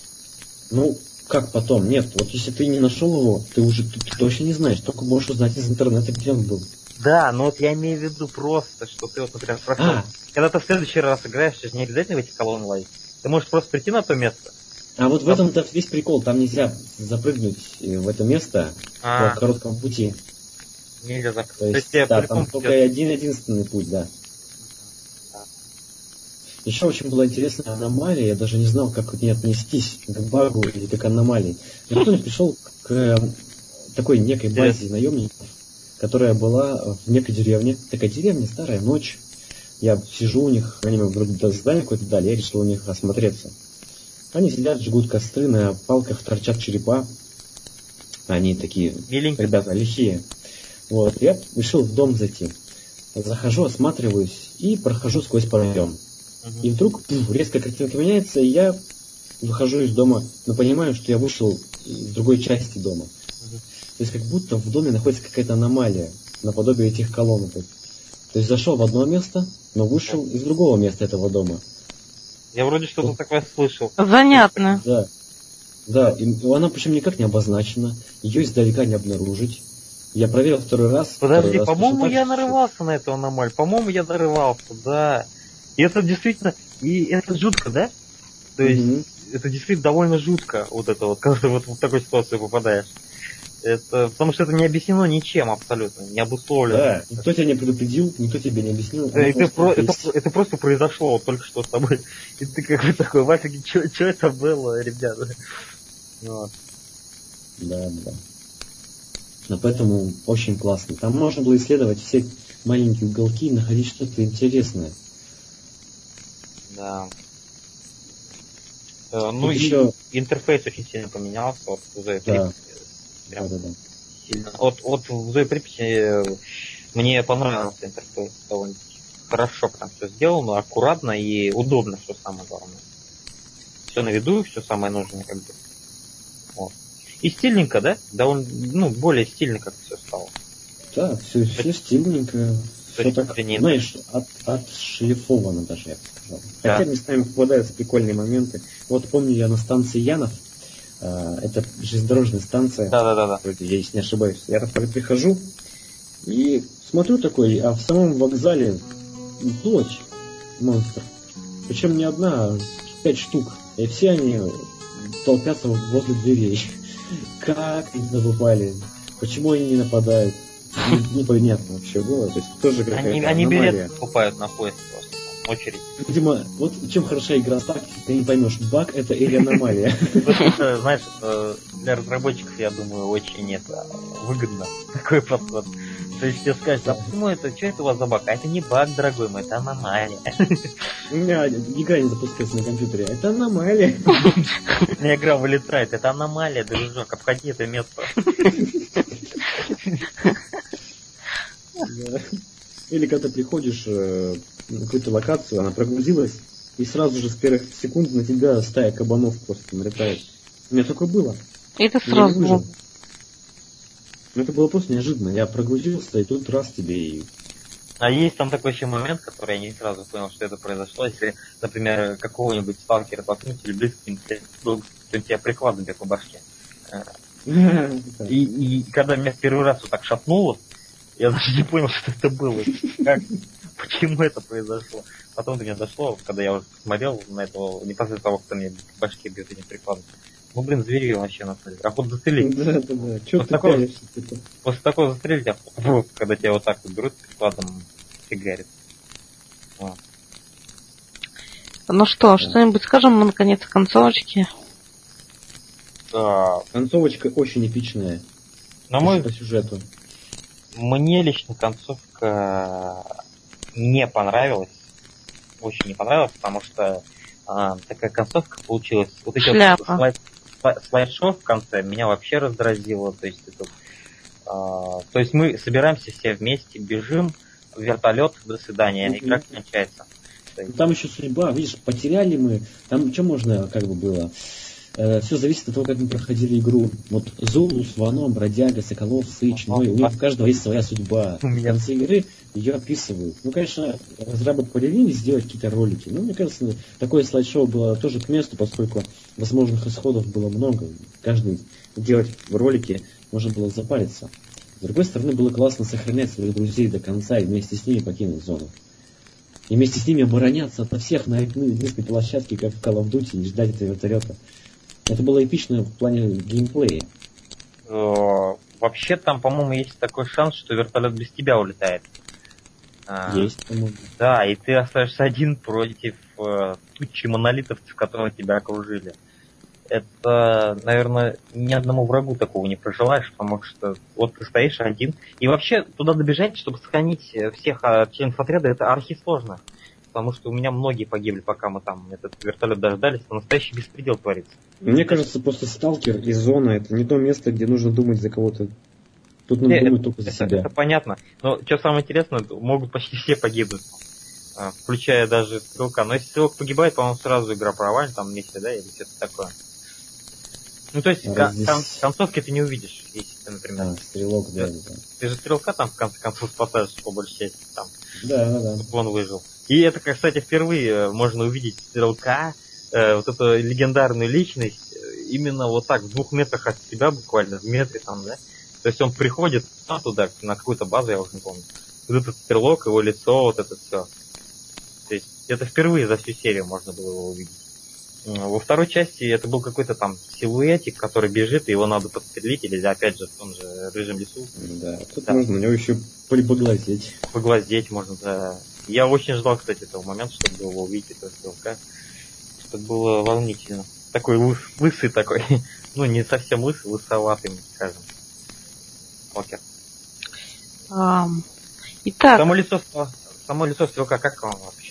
Ну, как потом? Нет, вот если ты не нашел его, ты уже ты, ты точно не знаешь, только можешь узнать из интернета, где он был. Да, но вот я имею в виду просто, что ты вот, например, прошел. А. Когда ты в следующий раз играешь, тебе же не обязательно в эти колонны лазить. Ты можешь просто прийти на то место. А вот в этом-то весь прикол, там нельзя запрыгнуть э, в это место А. по короткому пути. Нельзя закрыть. То То есть есть, тебе да, по-любому там только придётся- один единственный путь, да. Да. Еще очень была интересная аномалия, я даже не знал, как к ней отнестись, к багу или к аномалии. Я потом пришел к э, такой некой базе наемников, которая была в некой деревне. Такая деревня, старая ночь. Я сижу у них, они мне вроде до здания какое-то дали, я решил у них осмотреться. Они сидят, жгут костры, на палках торчат черепа. Они такие, Миленькие. ребята, лихие. Вот, я решил в дом зайти. Захожу, осматриваюсь и прохожу сквозь проем. Мгм. И вдруг пуф, резко картинка меняется, и я выхожу из дома, но понимаю, что я вышел из другой части дома. Мгм. То есть как будто в доме находится какая-то аномалия, наподобие этих колонн. То есть зашел в одно место, но вышел из другого места этого дома. Я вроде что-то такое слышал. Занятно. Да. Да, и она причем никак не обозначена, ее издалека не обнаружить. Я проверил второй раз. Подожди, второй раз по-моему, точно я так же, нарывался на эту аномалию. По-моему, я нарывался, да. И это действительно, и это жутко, да? То есть, Мгм. это действительно довольно жутко, вот это вот, когда ты вот в такой ситуацию попадаешь. Это, потому что это не объяснено ничем абсолютно, не обусловлено. Да, никто тебя не предупредил, никто тебе не объяснил. Да, и оно ты про- просто это, есть. это просто произошло вот только что с тобой. И ты как бы такой, Вафик, что это было, ребята? Вот. Да, да. Но поэтому очень классно. Там можно было исследовать все маленькие уголки и находить что-то интересное. Да. Э, Ну Тут и еще- интерфейс очень сильно поменялся, вот в Зое Да. Припяти. Прям Да, да, да. сильно. Вот, вот в Зое Припяти э, мне понравился интерфейс довольно хорошо прям все сделано, аккуратно и удобно, что самое главное. Все на виду, все самое нужное как бы. Вот. И стильненько, да? Довольно, ну, более стильно как все стало. Да, все, все стильненько. Все точки так, зрения знаешь, от, отшлифовано даже, я бы сказал. Да. Хотя местами попадаются прикольные моменты. Вот помню я на станции Янов, а, это железнодорожная станция, Да-да-да. вроде, я если не ошибаюсь. Я так прихожу и смотрю такой, а в самом вокзале плоть монстр. Причем не одна, а пять штук. И все они толпятся возле дверей. Как они туда попали? Почему они не нападают? Не- Непонятно вообще было. То есть тоже какая-то Они, они аномалия. билеты покупают на поезд просто. Очередь. Видимо, вот чем хороша игра так, ты не поймешь, баг это или аномалия. Вот это, знаешь, э, для разработчиков, я думаю, очень это выгодно, такой подход. То есть тебе скажут, а почему это, что это у вас за баг? А это не баг, дорогой мой, это аномалия. У меня игра не запускается на компьютере. Это аномалия. У меня игра вылетает, это аномалия, дружок, обходи это место. Да. Или когда ты приходишь э, на какую-то локацию, она прогрузилась, и сразу же с первых секунд на тебя стая кабанов просто налетает. У меня такое было. И ты Я не сразу... выжил. Ну, это было просто неожиданно. Я прогрузился, и тут раз тебе и... А есть там такой еще момент, который я не сразу понял, что это произошло. Если, например, какого-нибудь сталкера толкнуть или близким, то тебя прикладом по башке. И, и когда меня в первый раз вот так шатнуло, я даже не понял, что это было. Как, почему это произошло. Потом до меня дошло, когда я уже смотрел на этого, не после того, кто мне в башке бьет этим прикладом. Ну, блин, звери вообще на самом деле. Охота застрелить. Да, да, да. Чё Вот ты такого- пялишься, типа? После такого застрелить, а просто, когда тебя вот так вот берут прикладом, фигарит. Вот. Ну что, что-нибудь скажем мы наконец к концовочке? Да. Концовочка очень эпичная. На мой по сюжету. Мне лично концовка не понравилась. Очень не понравилась, потому что а, такая концовка получилась. Вот эти Шляпа. вот слайд- сла- слайд-шоу в конце меня вообще раздразило. То есть, это, а, то есть мы собираемся все вместе, бежим, вертолет, до свидания, Мгм. игра кончается. То Ну, есть, там еще судьба, видишь, потеряли мы, там что можно, как бы было. Все зависит от того, как мы проходили игру. Вот Зулус, Ваном, Бродяга, Соколов, Сыч, ну, и у них у каждого есть своя судьба. У В меня- конце игры ее описывают. Ну, конечно, разработчики поленились сделать какие-то ролики. Но мне кажется, такое слайд-шоу было тоже к месту, поскольку возможных исходов было много. Каждый делать ролики можно было запариться. С другой стороны, было классно сохранять своих друзей до конца и вместе с ними покинуть зону. И вместе с ними обороняться от всех на единственной площадке, как в Call of Duty, и ждать этого вертолета. Это было эпично в плане геймплея. э, вообще там, по-моему, есть такой шанс, что вертолет без тебя улетает. А, Есть, по-моему. Да, и ты остаешься один против э, тучи монолитовцев, которые тебя окружили. Это, наверное, ни одному врагу такого не прожелаешь, потому что вот ты стоишь один. И вообще туда добежать, чтобы сохранить всех э, членов отряда, это архисложно. Потому что у меня многие погибли, пока мы там этот вертолет дождались. Это настоящий беспредел творится. Мне кажется, просто сталкер и зона это не то место, где нужно думать за кого-то. Тут надо Не, думать это, только за это- себя. это понятно. Но что самое интересное, могут почти все погибнуть. А, Включая даже стрелка. Но если стрелок погибает, по-моему, сразу игра провалена, там вместе, да, или что-то такое. Ну, то есть, А кон- здесь- кон- концовки ты не увидишь, если ты, например. А, стрелок, да, да. Ты же стрелка там в конце концов спасаешь, по большей части, там, Да, да, да. чтобы он выжил. И это, кстати, впервые э, можно увидеть стрелка, э, вот эту легендарную личность, э, именно вот так, в двух метрах от себя, буквально, в метре там, да. То есть он приходит а, туда, на какую-то базу, я уже не помню. Вот этот стрелок, его лицо, вот это все. То есть это впервые за всю серию можно было его увидеть. М, Во второй части это был какой-то там силуэтик, который бежит, и его надо подстрелить, или опять же в том же рыжем лесу Да, тут Да. можно на него еще Поглазеть. поглазеть можно, да. Я очень ждал, кстати, этого момента, чтобы его увидеть, этого стрелка. Это было волнительно. Такой лыс, лысый такой. Ну, не совсем лысый, лысоватый, скажем. Покер. Ам, Итак, Само лицо, само лицо стрелка, как вам вообще?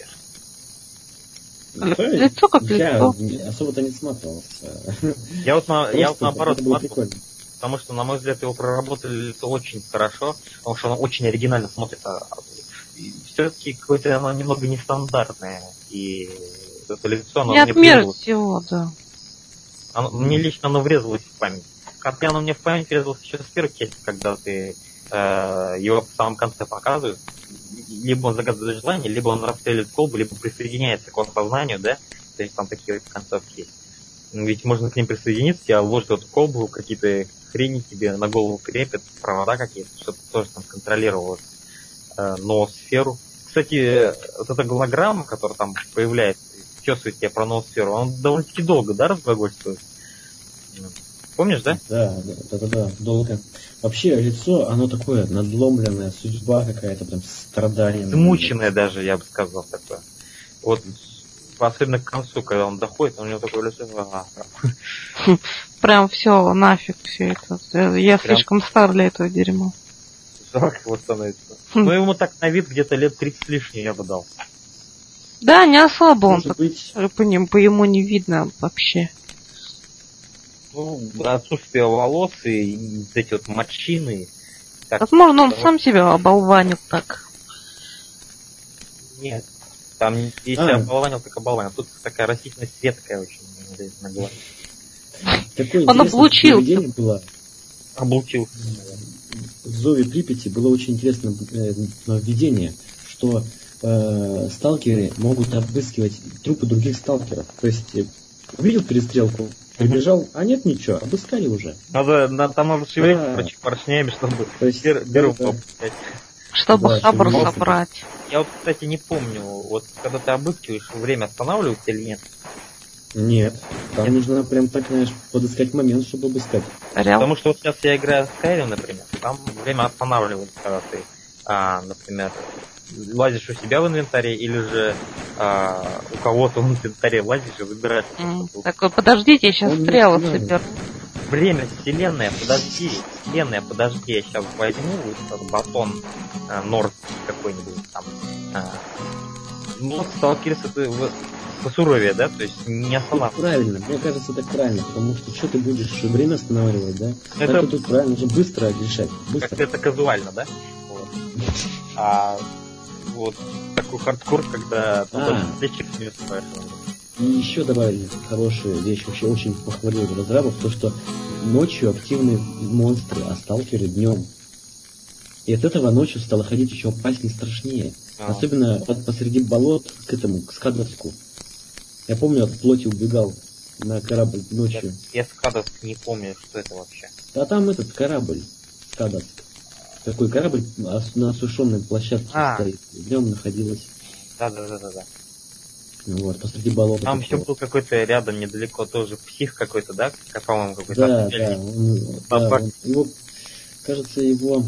ли- лицо как Я лицо. особо-то не смотрелся. Я вот, на, я вот Просто наоборот это было смотрю, прикольно. потому что, на мой взгляд, его проработали лицо очень хорошо, потому что оно очень оригинально смотрится. Все-таки какое-то оно немного нестандартное, и это лицо, оно Не мне от мира врезалось. всего, да. Оно- мне лично оно врезалось в память. Как оно мне в память врезалось еще с первой части, когда ты э, его в самом конце показывают. Либо он загадывает желание, либо он расстреливает колбу, либо присоединяется к его сознанию, да? То есть там такие вот концовки есть. Ну, ведь можно к ним присоединиться, тебя вложат в эту колбу, какие-то хрени тебе на голову крепят, провода какие-то, чтобы ты тоже там контролировал э, ноосферу. Кстати, вот эта голограмма, которая там появляется, чувствует тебя про ноосферу, он довольно-таки долго, да, разглагольствует? Помнишь, да? Да, да, да, да, да, долго. Вообще, лицо, оно такое надломленное, судьба какая-то, там, страдание. Замученное даже, я бы сказал, такое. Вот, особенно к концу, когда он доходит, у него такое лицо, ага, Прям все, нафиг все это. Я Прям- слишком стар для этого дерьма. жалко его становится. Хм. Ну, ему так на вид где-то лет тридцать с лишним я бы дал. Да, не особо он Может так, быть, по, ним, по ему не видно вообще. Ну, отсутствие волос и, и вот эти вот морщины. Так, Возможно, он потому- сам себя оболванил так. Нет. Там, если А. оболванил, так оболванил. Тут такая растительность редкая очень на голове. такое Он интересное облучился. поведение было. Облучился. В Зове Припяти было очень интересное э, нововведение, что э, сталкеры могут обыскивать трупы других сталкеров. То есть э, увидел перестрелку, прибежал, а нет ничего, обыскали уже. Надо, надо, там надо шевелить Да. короче, поршнями, чтобы То есть, пер- первым да, да. попасть. Чтобы Да, хабр шевелился. собрать. Я вот, кстати, не помню, вот когда ты обыскиваешь, время останавливается или нет? Нет, там нужно прям так, знаешь, подыскать момент, чтобы обыскать. Реал. Потому что вот сейчас я играю в Skyrim, например, там время останавливается, когда ты, а, например, лазишь у себя в инвентаре, или же а, у кого-то в инвентаре лазишь и выбираешь. М, Такой, подождите, я сейчас Он не стрелы останавливается. соберу. Время, вселенная, подожди, вселенная, подожди, я сейчас возьму вот этот батон а, Норд какой-нибудь там, а, Ну, Сталкерс это в- посуровее, да? То есть не Тут останавливается. правильно, мне кажется, так правильно, потому что что ты будешь время останавливать, да? Это- Так и тут правильно, нужно быстро решать, Как-то быстро. это казуально, да? Вот. А вот такой хардкор, когда там А. даже встречи не успеваешь. И еще добавили хорошую вещь, вообще очень похвалил разрабов, то что ночью активны монстры, а сталкеры днем. И от этого ночью стало ходить еще опаснее, страшнее. А. Особенно под, посреди болот к этому, к Скадовску. Я помню, от плоти убегал на корабль ночью. Я Скадовск не помню, что это вообще. А там этот корабль, Скадовск. Такой корабль ос- на осушенной площадке А. стоит. В нем находилась. Да-да-да-да. Вот, посреди болота. Там такого. еще был какой-то рядом недалеко тоже псих какой-то, да? Как, по-моему, какой-то. Да, отдельный. да, он- да, Собак. он- его, кажется, его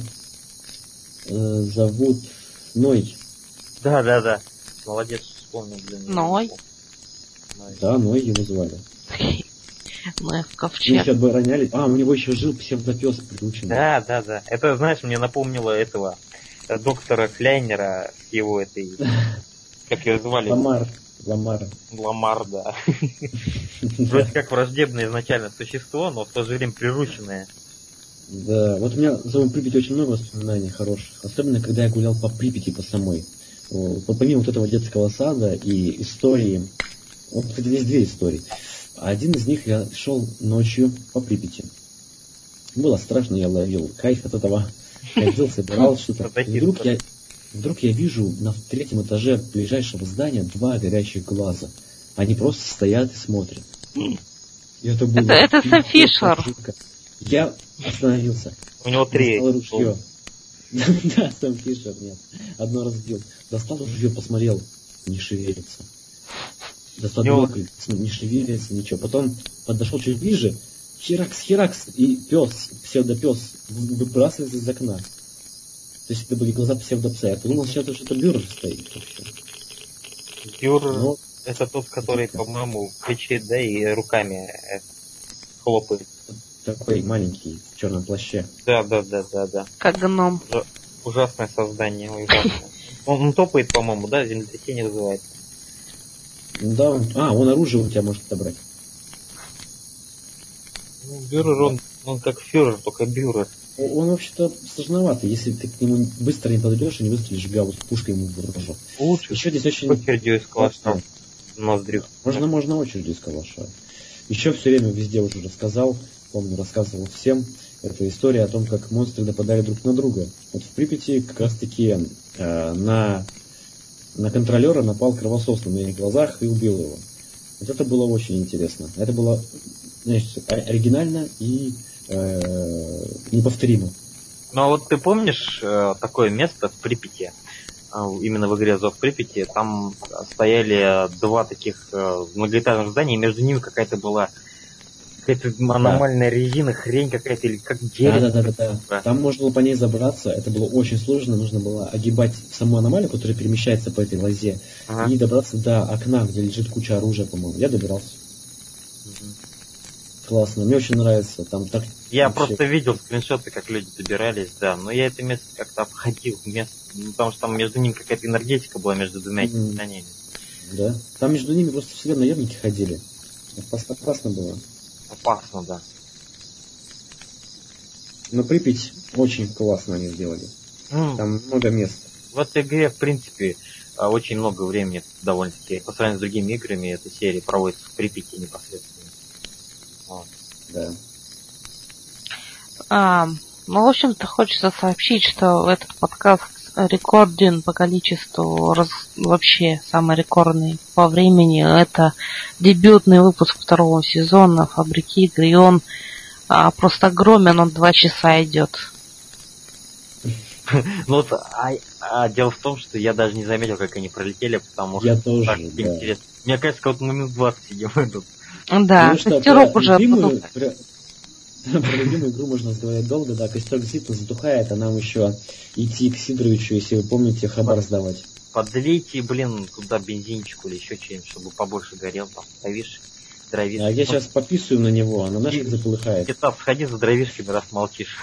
э, зовут Ной. Да, да, да. Молодец, вспомнил, блин. Ной? Ной. Да, Ной его звали. Ну, в Они ковчег. еще обороняли. А, у него еще жил псевдопес придученный. Да, да, да. Это, знаешь, мне напомнило этого э, доктора Кляйнера с его этой... Как ее звали? Ламар. Ламар. Ламар, да. Вроде как враждебное изначально существо, но в то же время прирученное. Да, вот у меня за самой Припяти очень много воспоминаний хороших. Особенно, когда я гулял по Припяти, по самой. О, Помимо вот этого детского сада и истории... Вот, кстати, здесь две истории. Один из них я шел ночью по Припяти. Было страшно, я ловил кайф от этого. Ходил, собирал что-то. И вдруг я, вдруг я вижу на третьем этаже ближайшего здания два горящих глаза. Они просто стоят и смотрят. И это было... Это- это Сэм дико, Фишер. жутко. Я остановился. У него три. Достал ружье. Да, Сэм Фишер, нет. Одно разбил. Достал ружье, посмотрел. Не шевелится. Достал Не, он- бинокль, посмотрел, не шевелится, ничего. Потом подошел чуть ближе. Херакс, херакс. И пес, псевдопес, вы- выбрасывается из окна. То есть это были глаза псевдопса. Я подумал, сейчас тут что-то бюро стоит. Юр, Но это тот, который, по-моему, кричит, да, и руками э, хлопает. такой маленький, в черном плаще. Да, да, да, да, да. Как гном. Ужасное создание, ужасное. Он, он топает, по-моему, да, землетрясение вызывает. Да, он... А, он оружие у тебя может отобрать. Ну, Бюрер, он, он как фюрер, только бюрер. Он вообще-то сложноватый, если ты к нему быстро не подойдешь и не выстрелишь гаусс пушкой ему в рожу. Лучше Еще здесь очень... очередью из калаша просто- ноздрю. Можно, можно очередью из калаша. Еще все время везде уже рассказал, помню, рассказывал всем, это история о том, как монстры нападали друг на друга. Вот в Припяти как раз-таки э, на, на контролера напал кровосос на моих глазах и убил его. Вот это было очень интересно. Это было, значит, о- оригинально и э, неповторимо. Ну а вот ты помнишь э, такое место в Припяти, э, именно в игре Зов Припяти, там стояли два таких э, многоэтажных здания, и между ними какая-то была какая-то аномальная резина, хрень какая-то, или как дерево. Да, да, да, да, да. Там можно было по ней забраться, это было очень сложно, нужно было огибать саму аномалию, которая перемещается по этой лозе, Ага. и добраться до окна, где лежит куча оружия, по-моему. Я добирался. Мгм. Классно, мне очень нравится. Там так Я вообще- просто видел скриншоты, как люди добирались, да, но я это место как-то обходил, место, ну, потому что там между ними какая-то энергетика была между двумя этими Мгм. зданиями. Да. Там между ними просто все наемники ходили. Опасно, опасно было. Опасно, да. Но Припять очень классно они сделали. Ну, Там много мест. в этой игре, в принципе, а, очень много времени довольно-таки, по сравнению с другими играми, этой серии проводится в Припяти непосредственно. Вот. Да. А, ну, в общем-то, хочется сообщить, что этот подкаст рекорден по количеству, раз, вообще самый рекордный по времени. Это дебютный выпуск второго сезона «Фабрики игр», и он а, просто огромен, он два часа идет. Ну вот, а, а дело в том, что я даже не заметил, как они пролетели, потому что Я тоже, так да. интересно. Мне кажется, как вот мы минут двадцать сидим тут. Да, Потому что костерок про уже любимую, потух. про, про любимую игру можно разговаривать долго, да, костерок действительно затухает, а нам еще идти к Сидоровичу, если вы помните, хабар сдавать. Подлейте, блин, туда бензинчику или еще что-нибудь, чтобы побольше горел там, повишь. дровишки. А я сейчас подписываю на него, а на наш как заполыхает. Китап, сходи за дровишками, раз молчишь.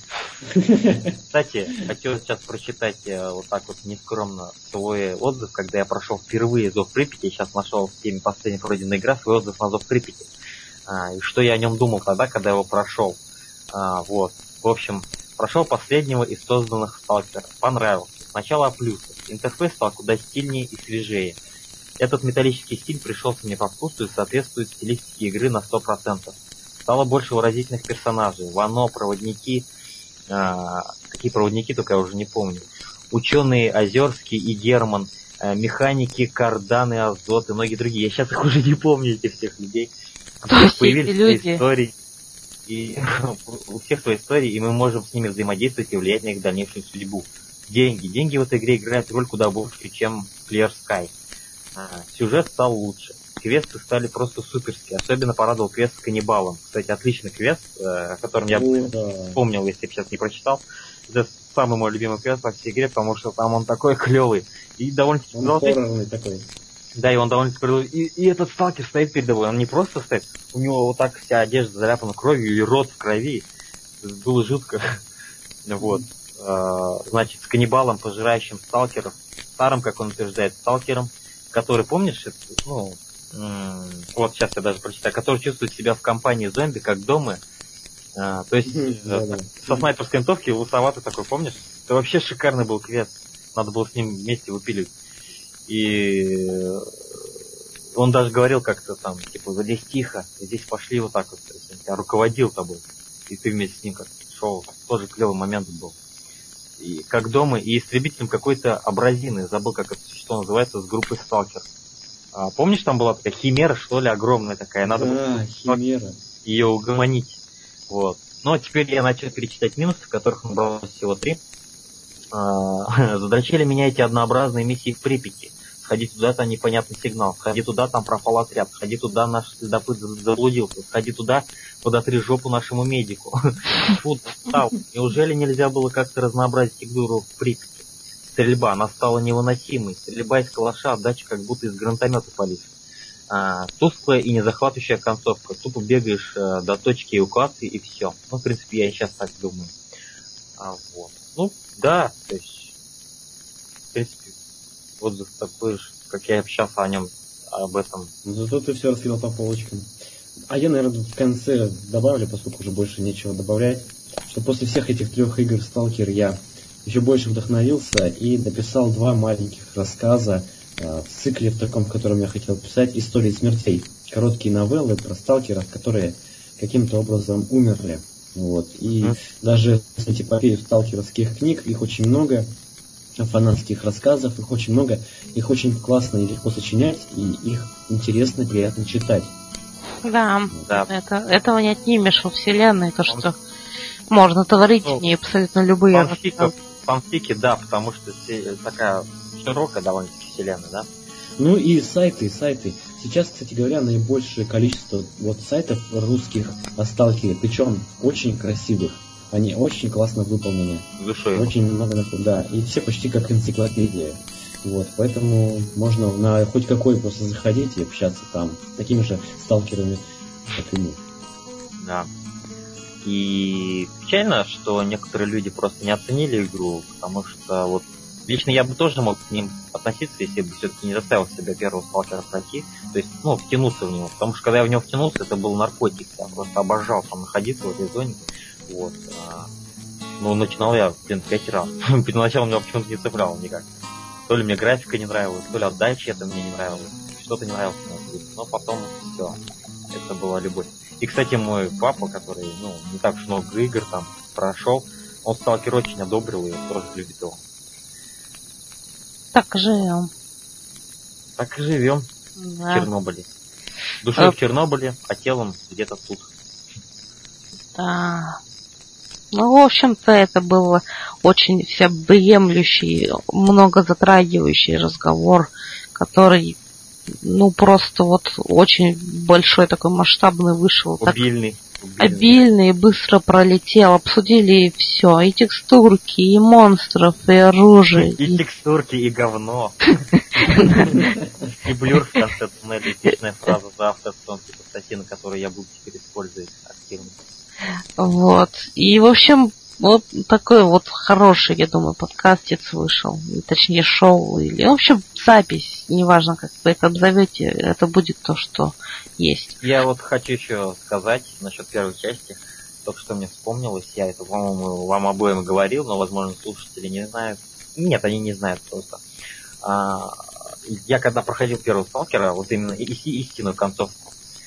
Кстати, хочу сейчас прочитать вот так вот нескромно свой отзыв, когда я прошел впервые Зов Припяти. Сейчас нашел в теме последней пройденной игры свой отзыв на Зов Припяти. А, и что я о нем думал тогда, когда его прошел. А, вот. В общем, прошел последнего из созданных сталкеров. Понравился. Сначала о плюсах. Интерфейс стал куда стильнее и свежее. Этот металлический стиль пришелся мне по вкусу и соответствует стилистике игры на сто процентов. Стало больше выразительных персонажей. Вано, проводники. А, какие проводники, только я уже не помню. Ученые Озерский и Герман. А, механики, Кардан и Азот и многие другие. Я сейчас их уже не помню, этих всех людей. Появились свои истории. И у всех свои истории, и мы можем с ними взаимодействовать и влиять на их дальнейшую судьбу. Деньги. Деньги в этой игре играют роль куда больше, чем Clear Sky. А, сюжет стал лучше. Квесты стали просто суперские. Особенно порадовал квест с каннибалом. Кстати, отличный квест, э, о котором я бы помнил, если бы сейчас не прочитал. Это самый мой любимый квест во всей игре, потому что там он такой клевый. И довольно-таки... Он хоррорный такой. Да, и он довольно-таки клевый. И, и этот сталкер стоит перед тобой. Он не просто стоит, у него вот так вся одежда заляпана кровью и рот в крови. Было жутко. Вот. Значит, с каннибалом, пожирающим сталкеров. Старым, как он утверждает, сталкером, который, помнишь, ну, вот сейчас я даже прочитаю, который чувствует себя в компании зомби, как дома. А, то есть mm-hmm, со снайперской винтовки лысоватый такой, помнишь? Это вообще шикарный был квест. Надо было с ним вместе выпиливать. И он даже говорил как-то там, типа, здесь тихо, здесь пошли вот так вот. То есть он тебя руководил тобой. И ты вместе с ним как-то шел. Тоже клевый момент был. И как дома, и истребителем какой-то абразины. Забыл, как это существо называется, с группой сталкер. А, помнишь, там была такая химера, что ли, огромная такая? Надо да, было химера. Ее угомонить. Вот. Но теперь я начал перечислять минусы, которых набралось всего три. А, задрочили меня эти однообразные миссии в Припяти. Сходи туда, там непонятный сигнал. Сходи туда, там пропал отряд. Сходи туда, наш следопыт заблудился. Сходи туда, подотри жопу нашему медику. Фу, стал. Неужели нельзя было как-то разнообразить игру в Припяти? Стрельба, она стала невыносимой. Стрельба из калаша, отдача как будто из гранатомета палит. А, тусклая и незахватывающая концовка. Тупо бегаешь а, до точки эвакуации и все. Ну, в принципе, я и сейчас так думаю. А, вот. Ну, да, то есть, в принципе, отзыв такой же, как я общался о нем, об этом. Зато ты все раскидал по полочкам. А я, наверное, в конце добавлю, поскольку уже больше нечего добавлять, что после всех этих трех игр Сталкер я еще больше вдохновился и написал два маленьких рассказа э, в цикле, в таком, в котором я хотел писать, «Истории смертей». Короткие новеллы про сталкеров, которые каким-то образом умерли. Вот. И mm. даже с антипопею сталкеровских книг, их очень много, фанатских рассказов, их очень много, их очень классно и легко сочинять, и их интересно и приятно читать. Да, да. Это, этого не отнимешь во вселенной, то что можно творить ну, в ней абсолютно любые рассказы. Фанфики, да, потому что такая широкая довольно-таки вселенная, да? Ну и сайты, сайты. Сейчас, кстати говоря, наибольшее количество вот сайтов русских о сталкере, причем очень красивых. Они очень классно выполнены. Душой. Очень много, да. И все почти как энциклопедия. Вот, поэтому можно на хоть какой просто заходить и общаться там с такими же сталкерами, как и мы. Да. И печально, что некоторые люди просто не оценили игру, потому что вот лично я бы тоже мог к ним относиться, если бы все-таки не заставил себя первого сталкера пройти. То есть, ну, втянуться в него. Потому что когда я в него втянулся, это был наркотик. Я просто обожал там находиться в этой зоне. Вот. Ну, начинал я, блин, пять раз. Поначалу меня почему-то не цепляло никак. То ли мне графика не нравилась, то ли отдача это мне не нравилось. Что-то не нравилось. Но потом все. Это была любовь. И, кстати, мой папа, который, ну, не так уж много игр там прошел, он сталкер очень одобрил и тоже любит его. Так живем. Так и живем да. В Чернобыле. Душой а... в Чернобыле, а телом где-то тут. Да. Ну, в общем-то, это был очень всеобъемлющий, много затрагивающий разговор, который, ну, просто вот очень большой такой масштабный вышел. Обильный. Так, обильный, быстро пролетел, обсудили все, и текстурки, и монстров, и оружие. И, и текстурки, и говно. И блюр в конце туннеля, эпичная фраза за авторством типа Ассасина, которую я буду теперь использовать активно. Вот. И, в общем, вот такой вот хороший, я думаю, подкастец вышел. Точнее, шоу. Или, в общем, запись. Неважно, как вы это обзовете, это будет то, что есть. Я вот хочу еще сказать насчет первой части. Только что мне вспомнилось. Я это, по-моему, вам обоим говорил, но, возможно, слушатели не знают. Нет, они не знают просто. А, я когда проходил первого сталкера, вот именно истинную концовку,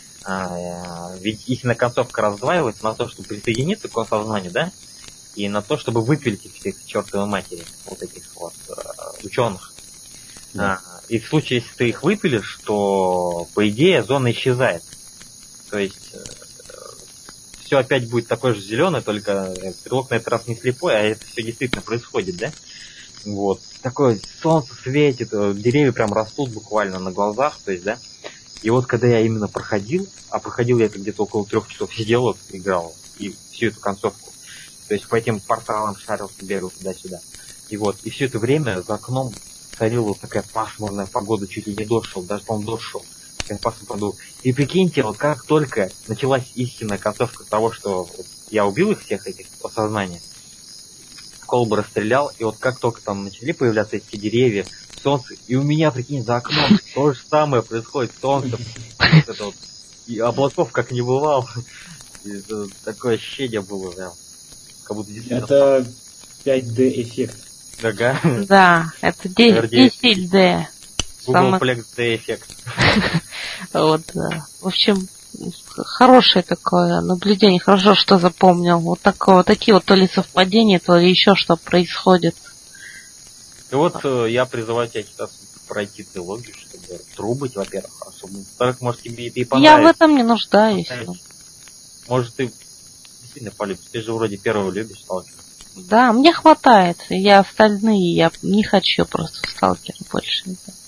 а, ведь истинная концовка раздваивается на то, чтобы присоединиться к осознанию, да, и на то, чтобы выпилить их всех чертовой матери, вот этих вот а, ученых. Да. А, и в случае, если ты их выпилишь, то, по идее, зона исчезает. То есть все опять будет такой же зеленый, только стрелок на этот раз не слепой, а это все действительно происходит, да? Вот. Такое солнце светит, деревья прям растут буквально на глазах, то есть, да. И вот когда я именно проходил, а проходил я это где-то около трех часов сидел, вот, играл, и всю эту концовку. То есть по этим порталам шарился, бегал туда-сюда. И вот, и все это время за окном царила вот такая пасмурная погода, чуть ли не дождь шел, даже, по-моему, дождь шел. Я пасмурно подумал. И прикиньте, вот как только началась истинная концовка того, что вот я убил их всех, этих осознаний, колбы расстрелял, и вот как только там начали появляться эти деревья, солнце, и у меня, прикинь, за окном то же самое происходит, солнце, это вот, и облаков как не бывало. Это такое ощущение было, прям, как будто действительно... Это пять дэ эффект. Ага. Да, это десять дэ. Google Plex дэ эффект. Вот, да. В общем, хорошее такое наблюдение. Хорошо, что запомнил. Вот такое, вот такие вот то ли совпадения, то ли еще что происходит. И вот э, я призываю тебя сейчас пройти трилогию, чтобы трубыть, во-первых, а чтобы, во-вторых, может, тебе это и понравится. Я в этом не нуждаюсь. Может, ты действительно полюбишь. Ты же вроде первого любишь сталкера. Да, мне хватает. Я остальные, я не хочу просто в сталкера больше.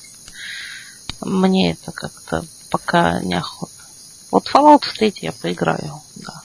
Мне это как-то пока неохота. Вот Fallout три я поиграю, да.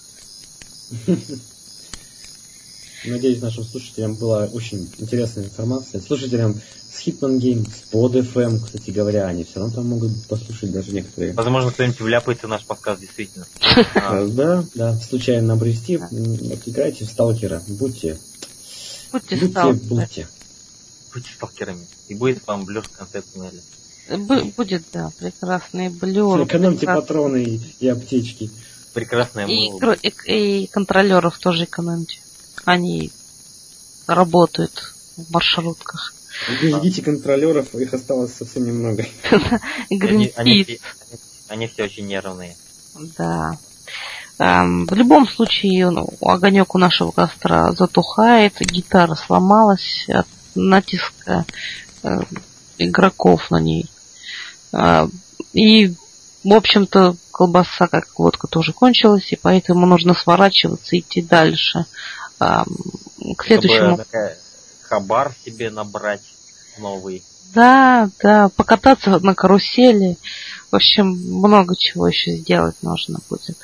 Надеюсь, нашим слушателям была очень интересная информация. Слушателям с Hitman Game, с под эф эм, кстати говоря, они все равно там могут послушать даже некоторые. Возможно, кто-нибудь вляпается в наш подкаст, действительно. Да, да, случайно обрести. Играйте в сталкера. Будьте. Будьте Будьте, будьте. Будьте сталкерами. И будет вам блюр в конце туннеля. Будет, да, прекрасный блюр. Экономьте патроны и, и аптечки. Прекрасное и, мыло. И, и контролеров тоже экономьте. Они работают в маршрутках. Берегите контролеров, их осталось совсем немного. Они, они, все, они все очень нервные. Да. В любом случае, ну, огонек у нашего костра затухает, гитара сломалась от натиска э, игроков на ней. Э, и, в общем-то, колбаса, как водка, тоже кончилась, и поэтому нужно сворачиваться и идти дальше. Э, к следующему... Хабар себе набрать новый. Да, да, покататься на карусели. В общем, много чего еще сделать нужно будет.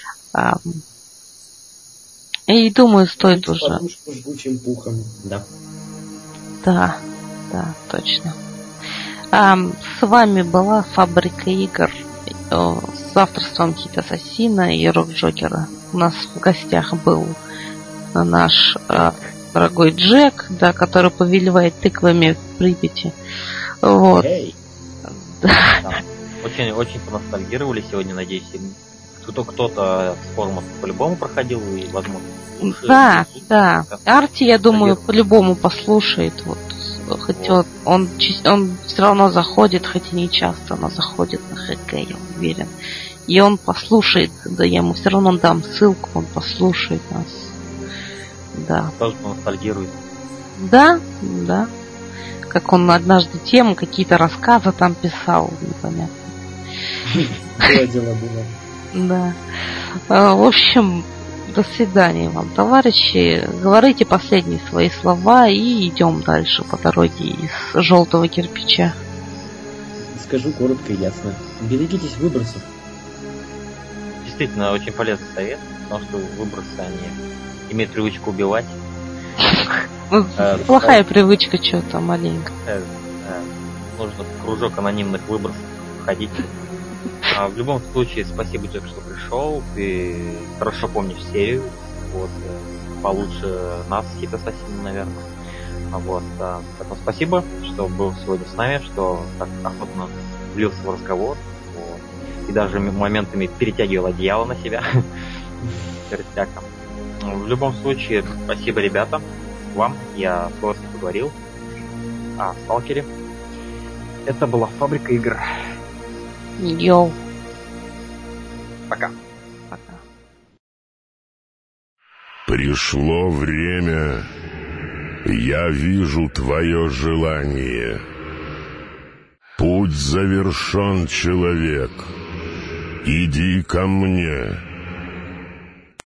И думаю, стоит уже. Подушку жгучим пухом, да. Да, да, точно. А, с вами была Фабрика игр с авторством Хит Ассасина и Рок Джокера. У нас в гостях был наш а, дорогой Джек, да, который повелевает тыквами в Припяти. Вот. Hey. Да. Да. Очень, очень поностальгировали сегодня, надеюсь, кто-то, кто-то с форума по-любому проходил и, возможно, слушает. Да, да. Арти, я думаю, по-любому послушает. Вот. Хоть вот. он, он, он все равно заходит, хоть и не часто, но заходит на ХГ, я уверен. И он послушает, да, я ему все равно дам ссылку, он послушает нас. Да. Тоже поностальгирует. Да, да. Как он однажды тему, какие-то рассказы там писал, непонятно. Было дело было. Да. В общем, до свидания вам, товарищи. Говорите последние свои слова и идем дальше по дороге из желтого кирпича. Скажу коротко и ясно. Берегитесь выбросов. Действительно, очень полезный совет, потому что выбросы, они имеют привычку убивать. Плохая привычка что-то маленькая. нужно в кружок анонимных выбросов входить. А в любом случае, спасибо, Джек, что пришел. Ты хорошо помнишь серию. Вот, получше нас, Hit Assassin, наверное. Вот, да. Поэтому спасибо, что был сегодня с нами, что так охотно влился в разговор. Вот. И даже моментами перетягивал одеяло на себя. Перетягом. В любом случае, спасибо, ребята. Вам я с вас поговорил о Сталкере. Это была Фабрика игр. Йоу. Пока. Пока. Пришло время. Я вижу твое желание. Путь завершен, человек. Иди ко мне.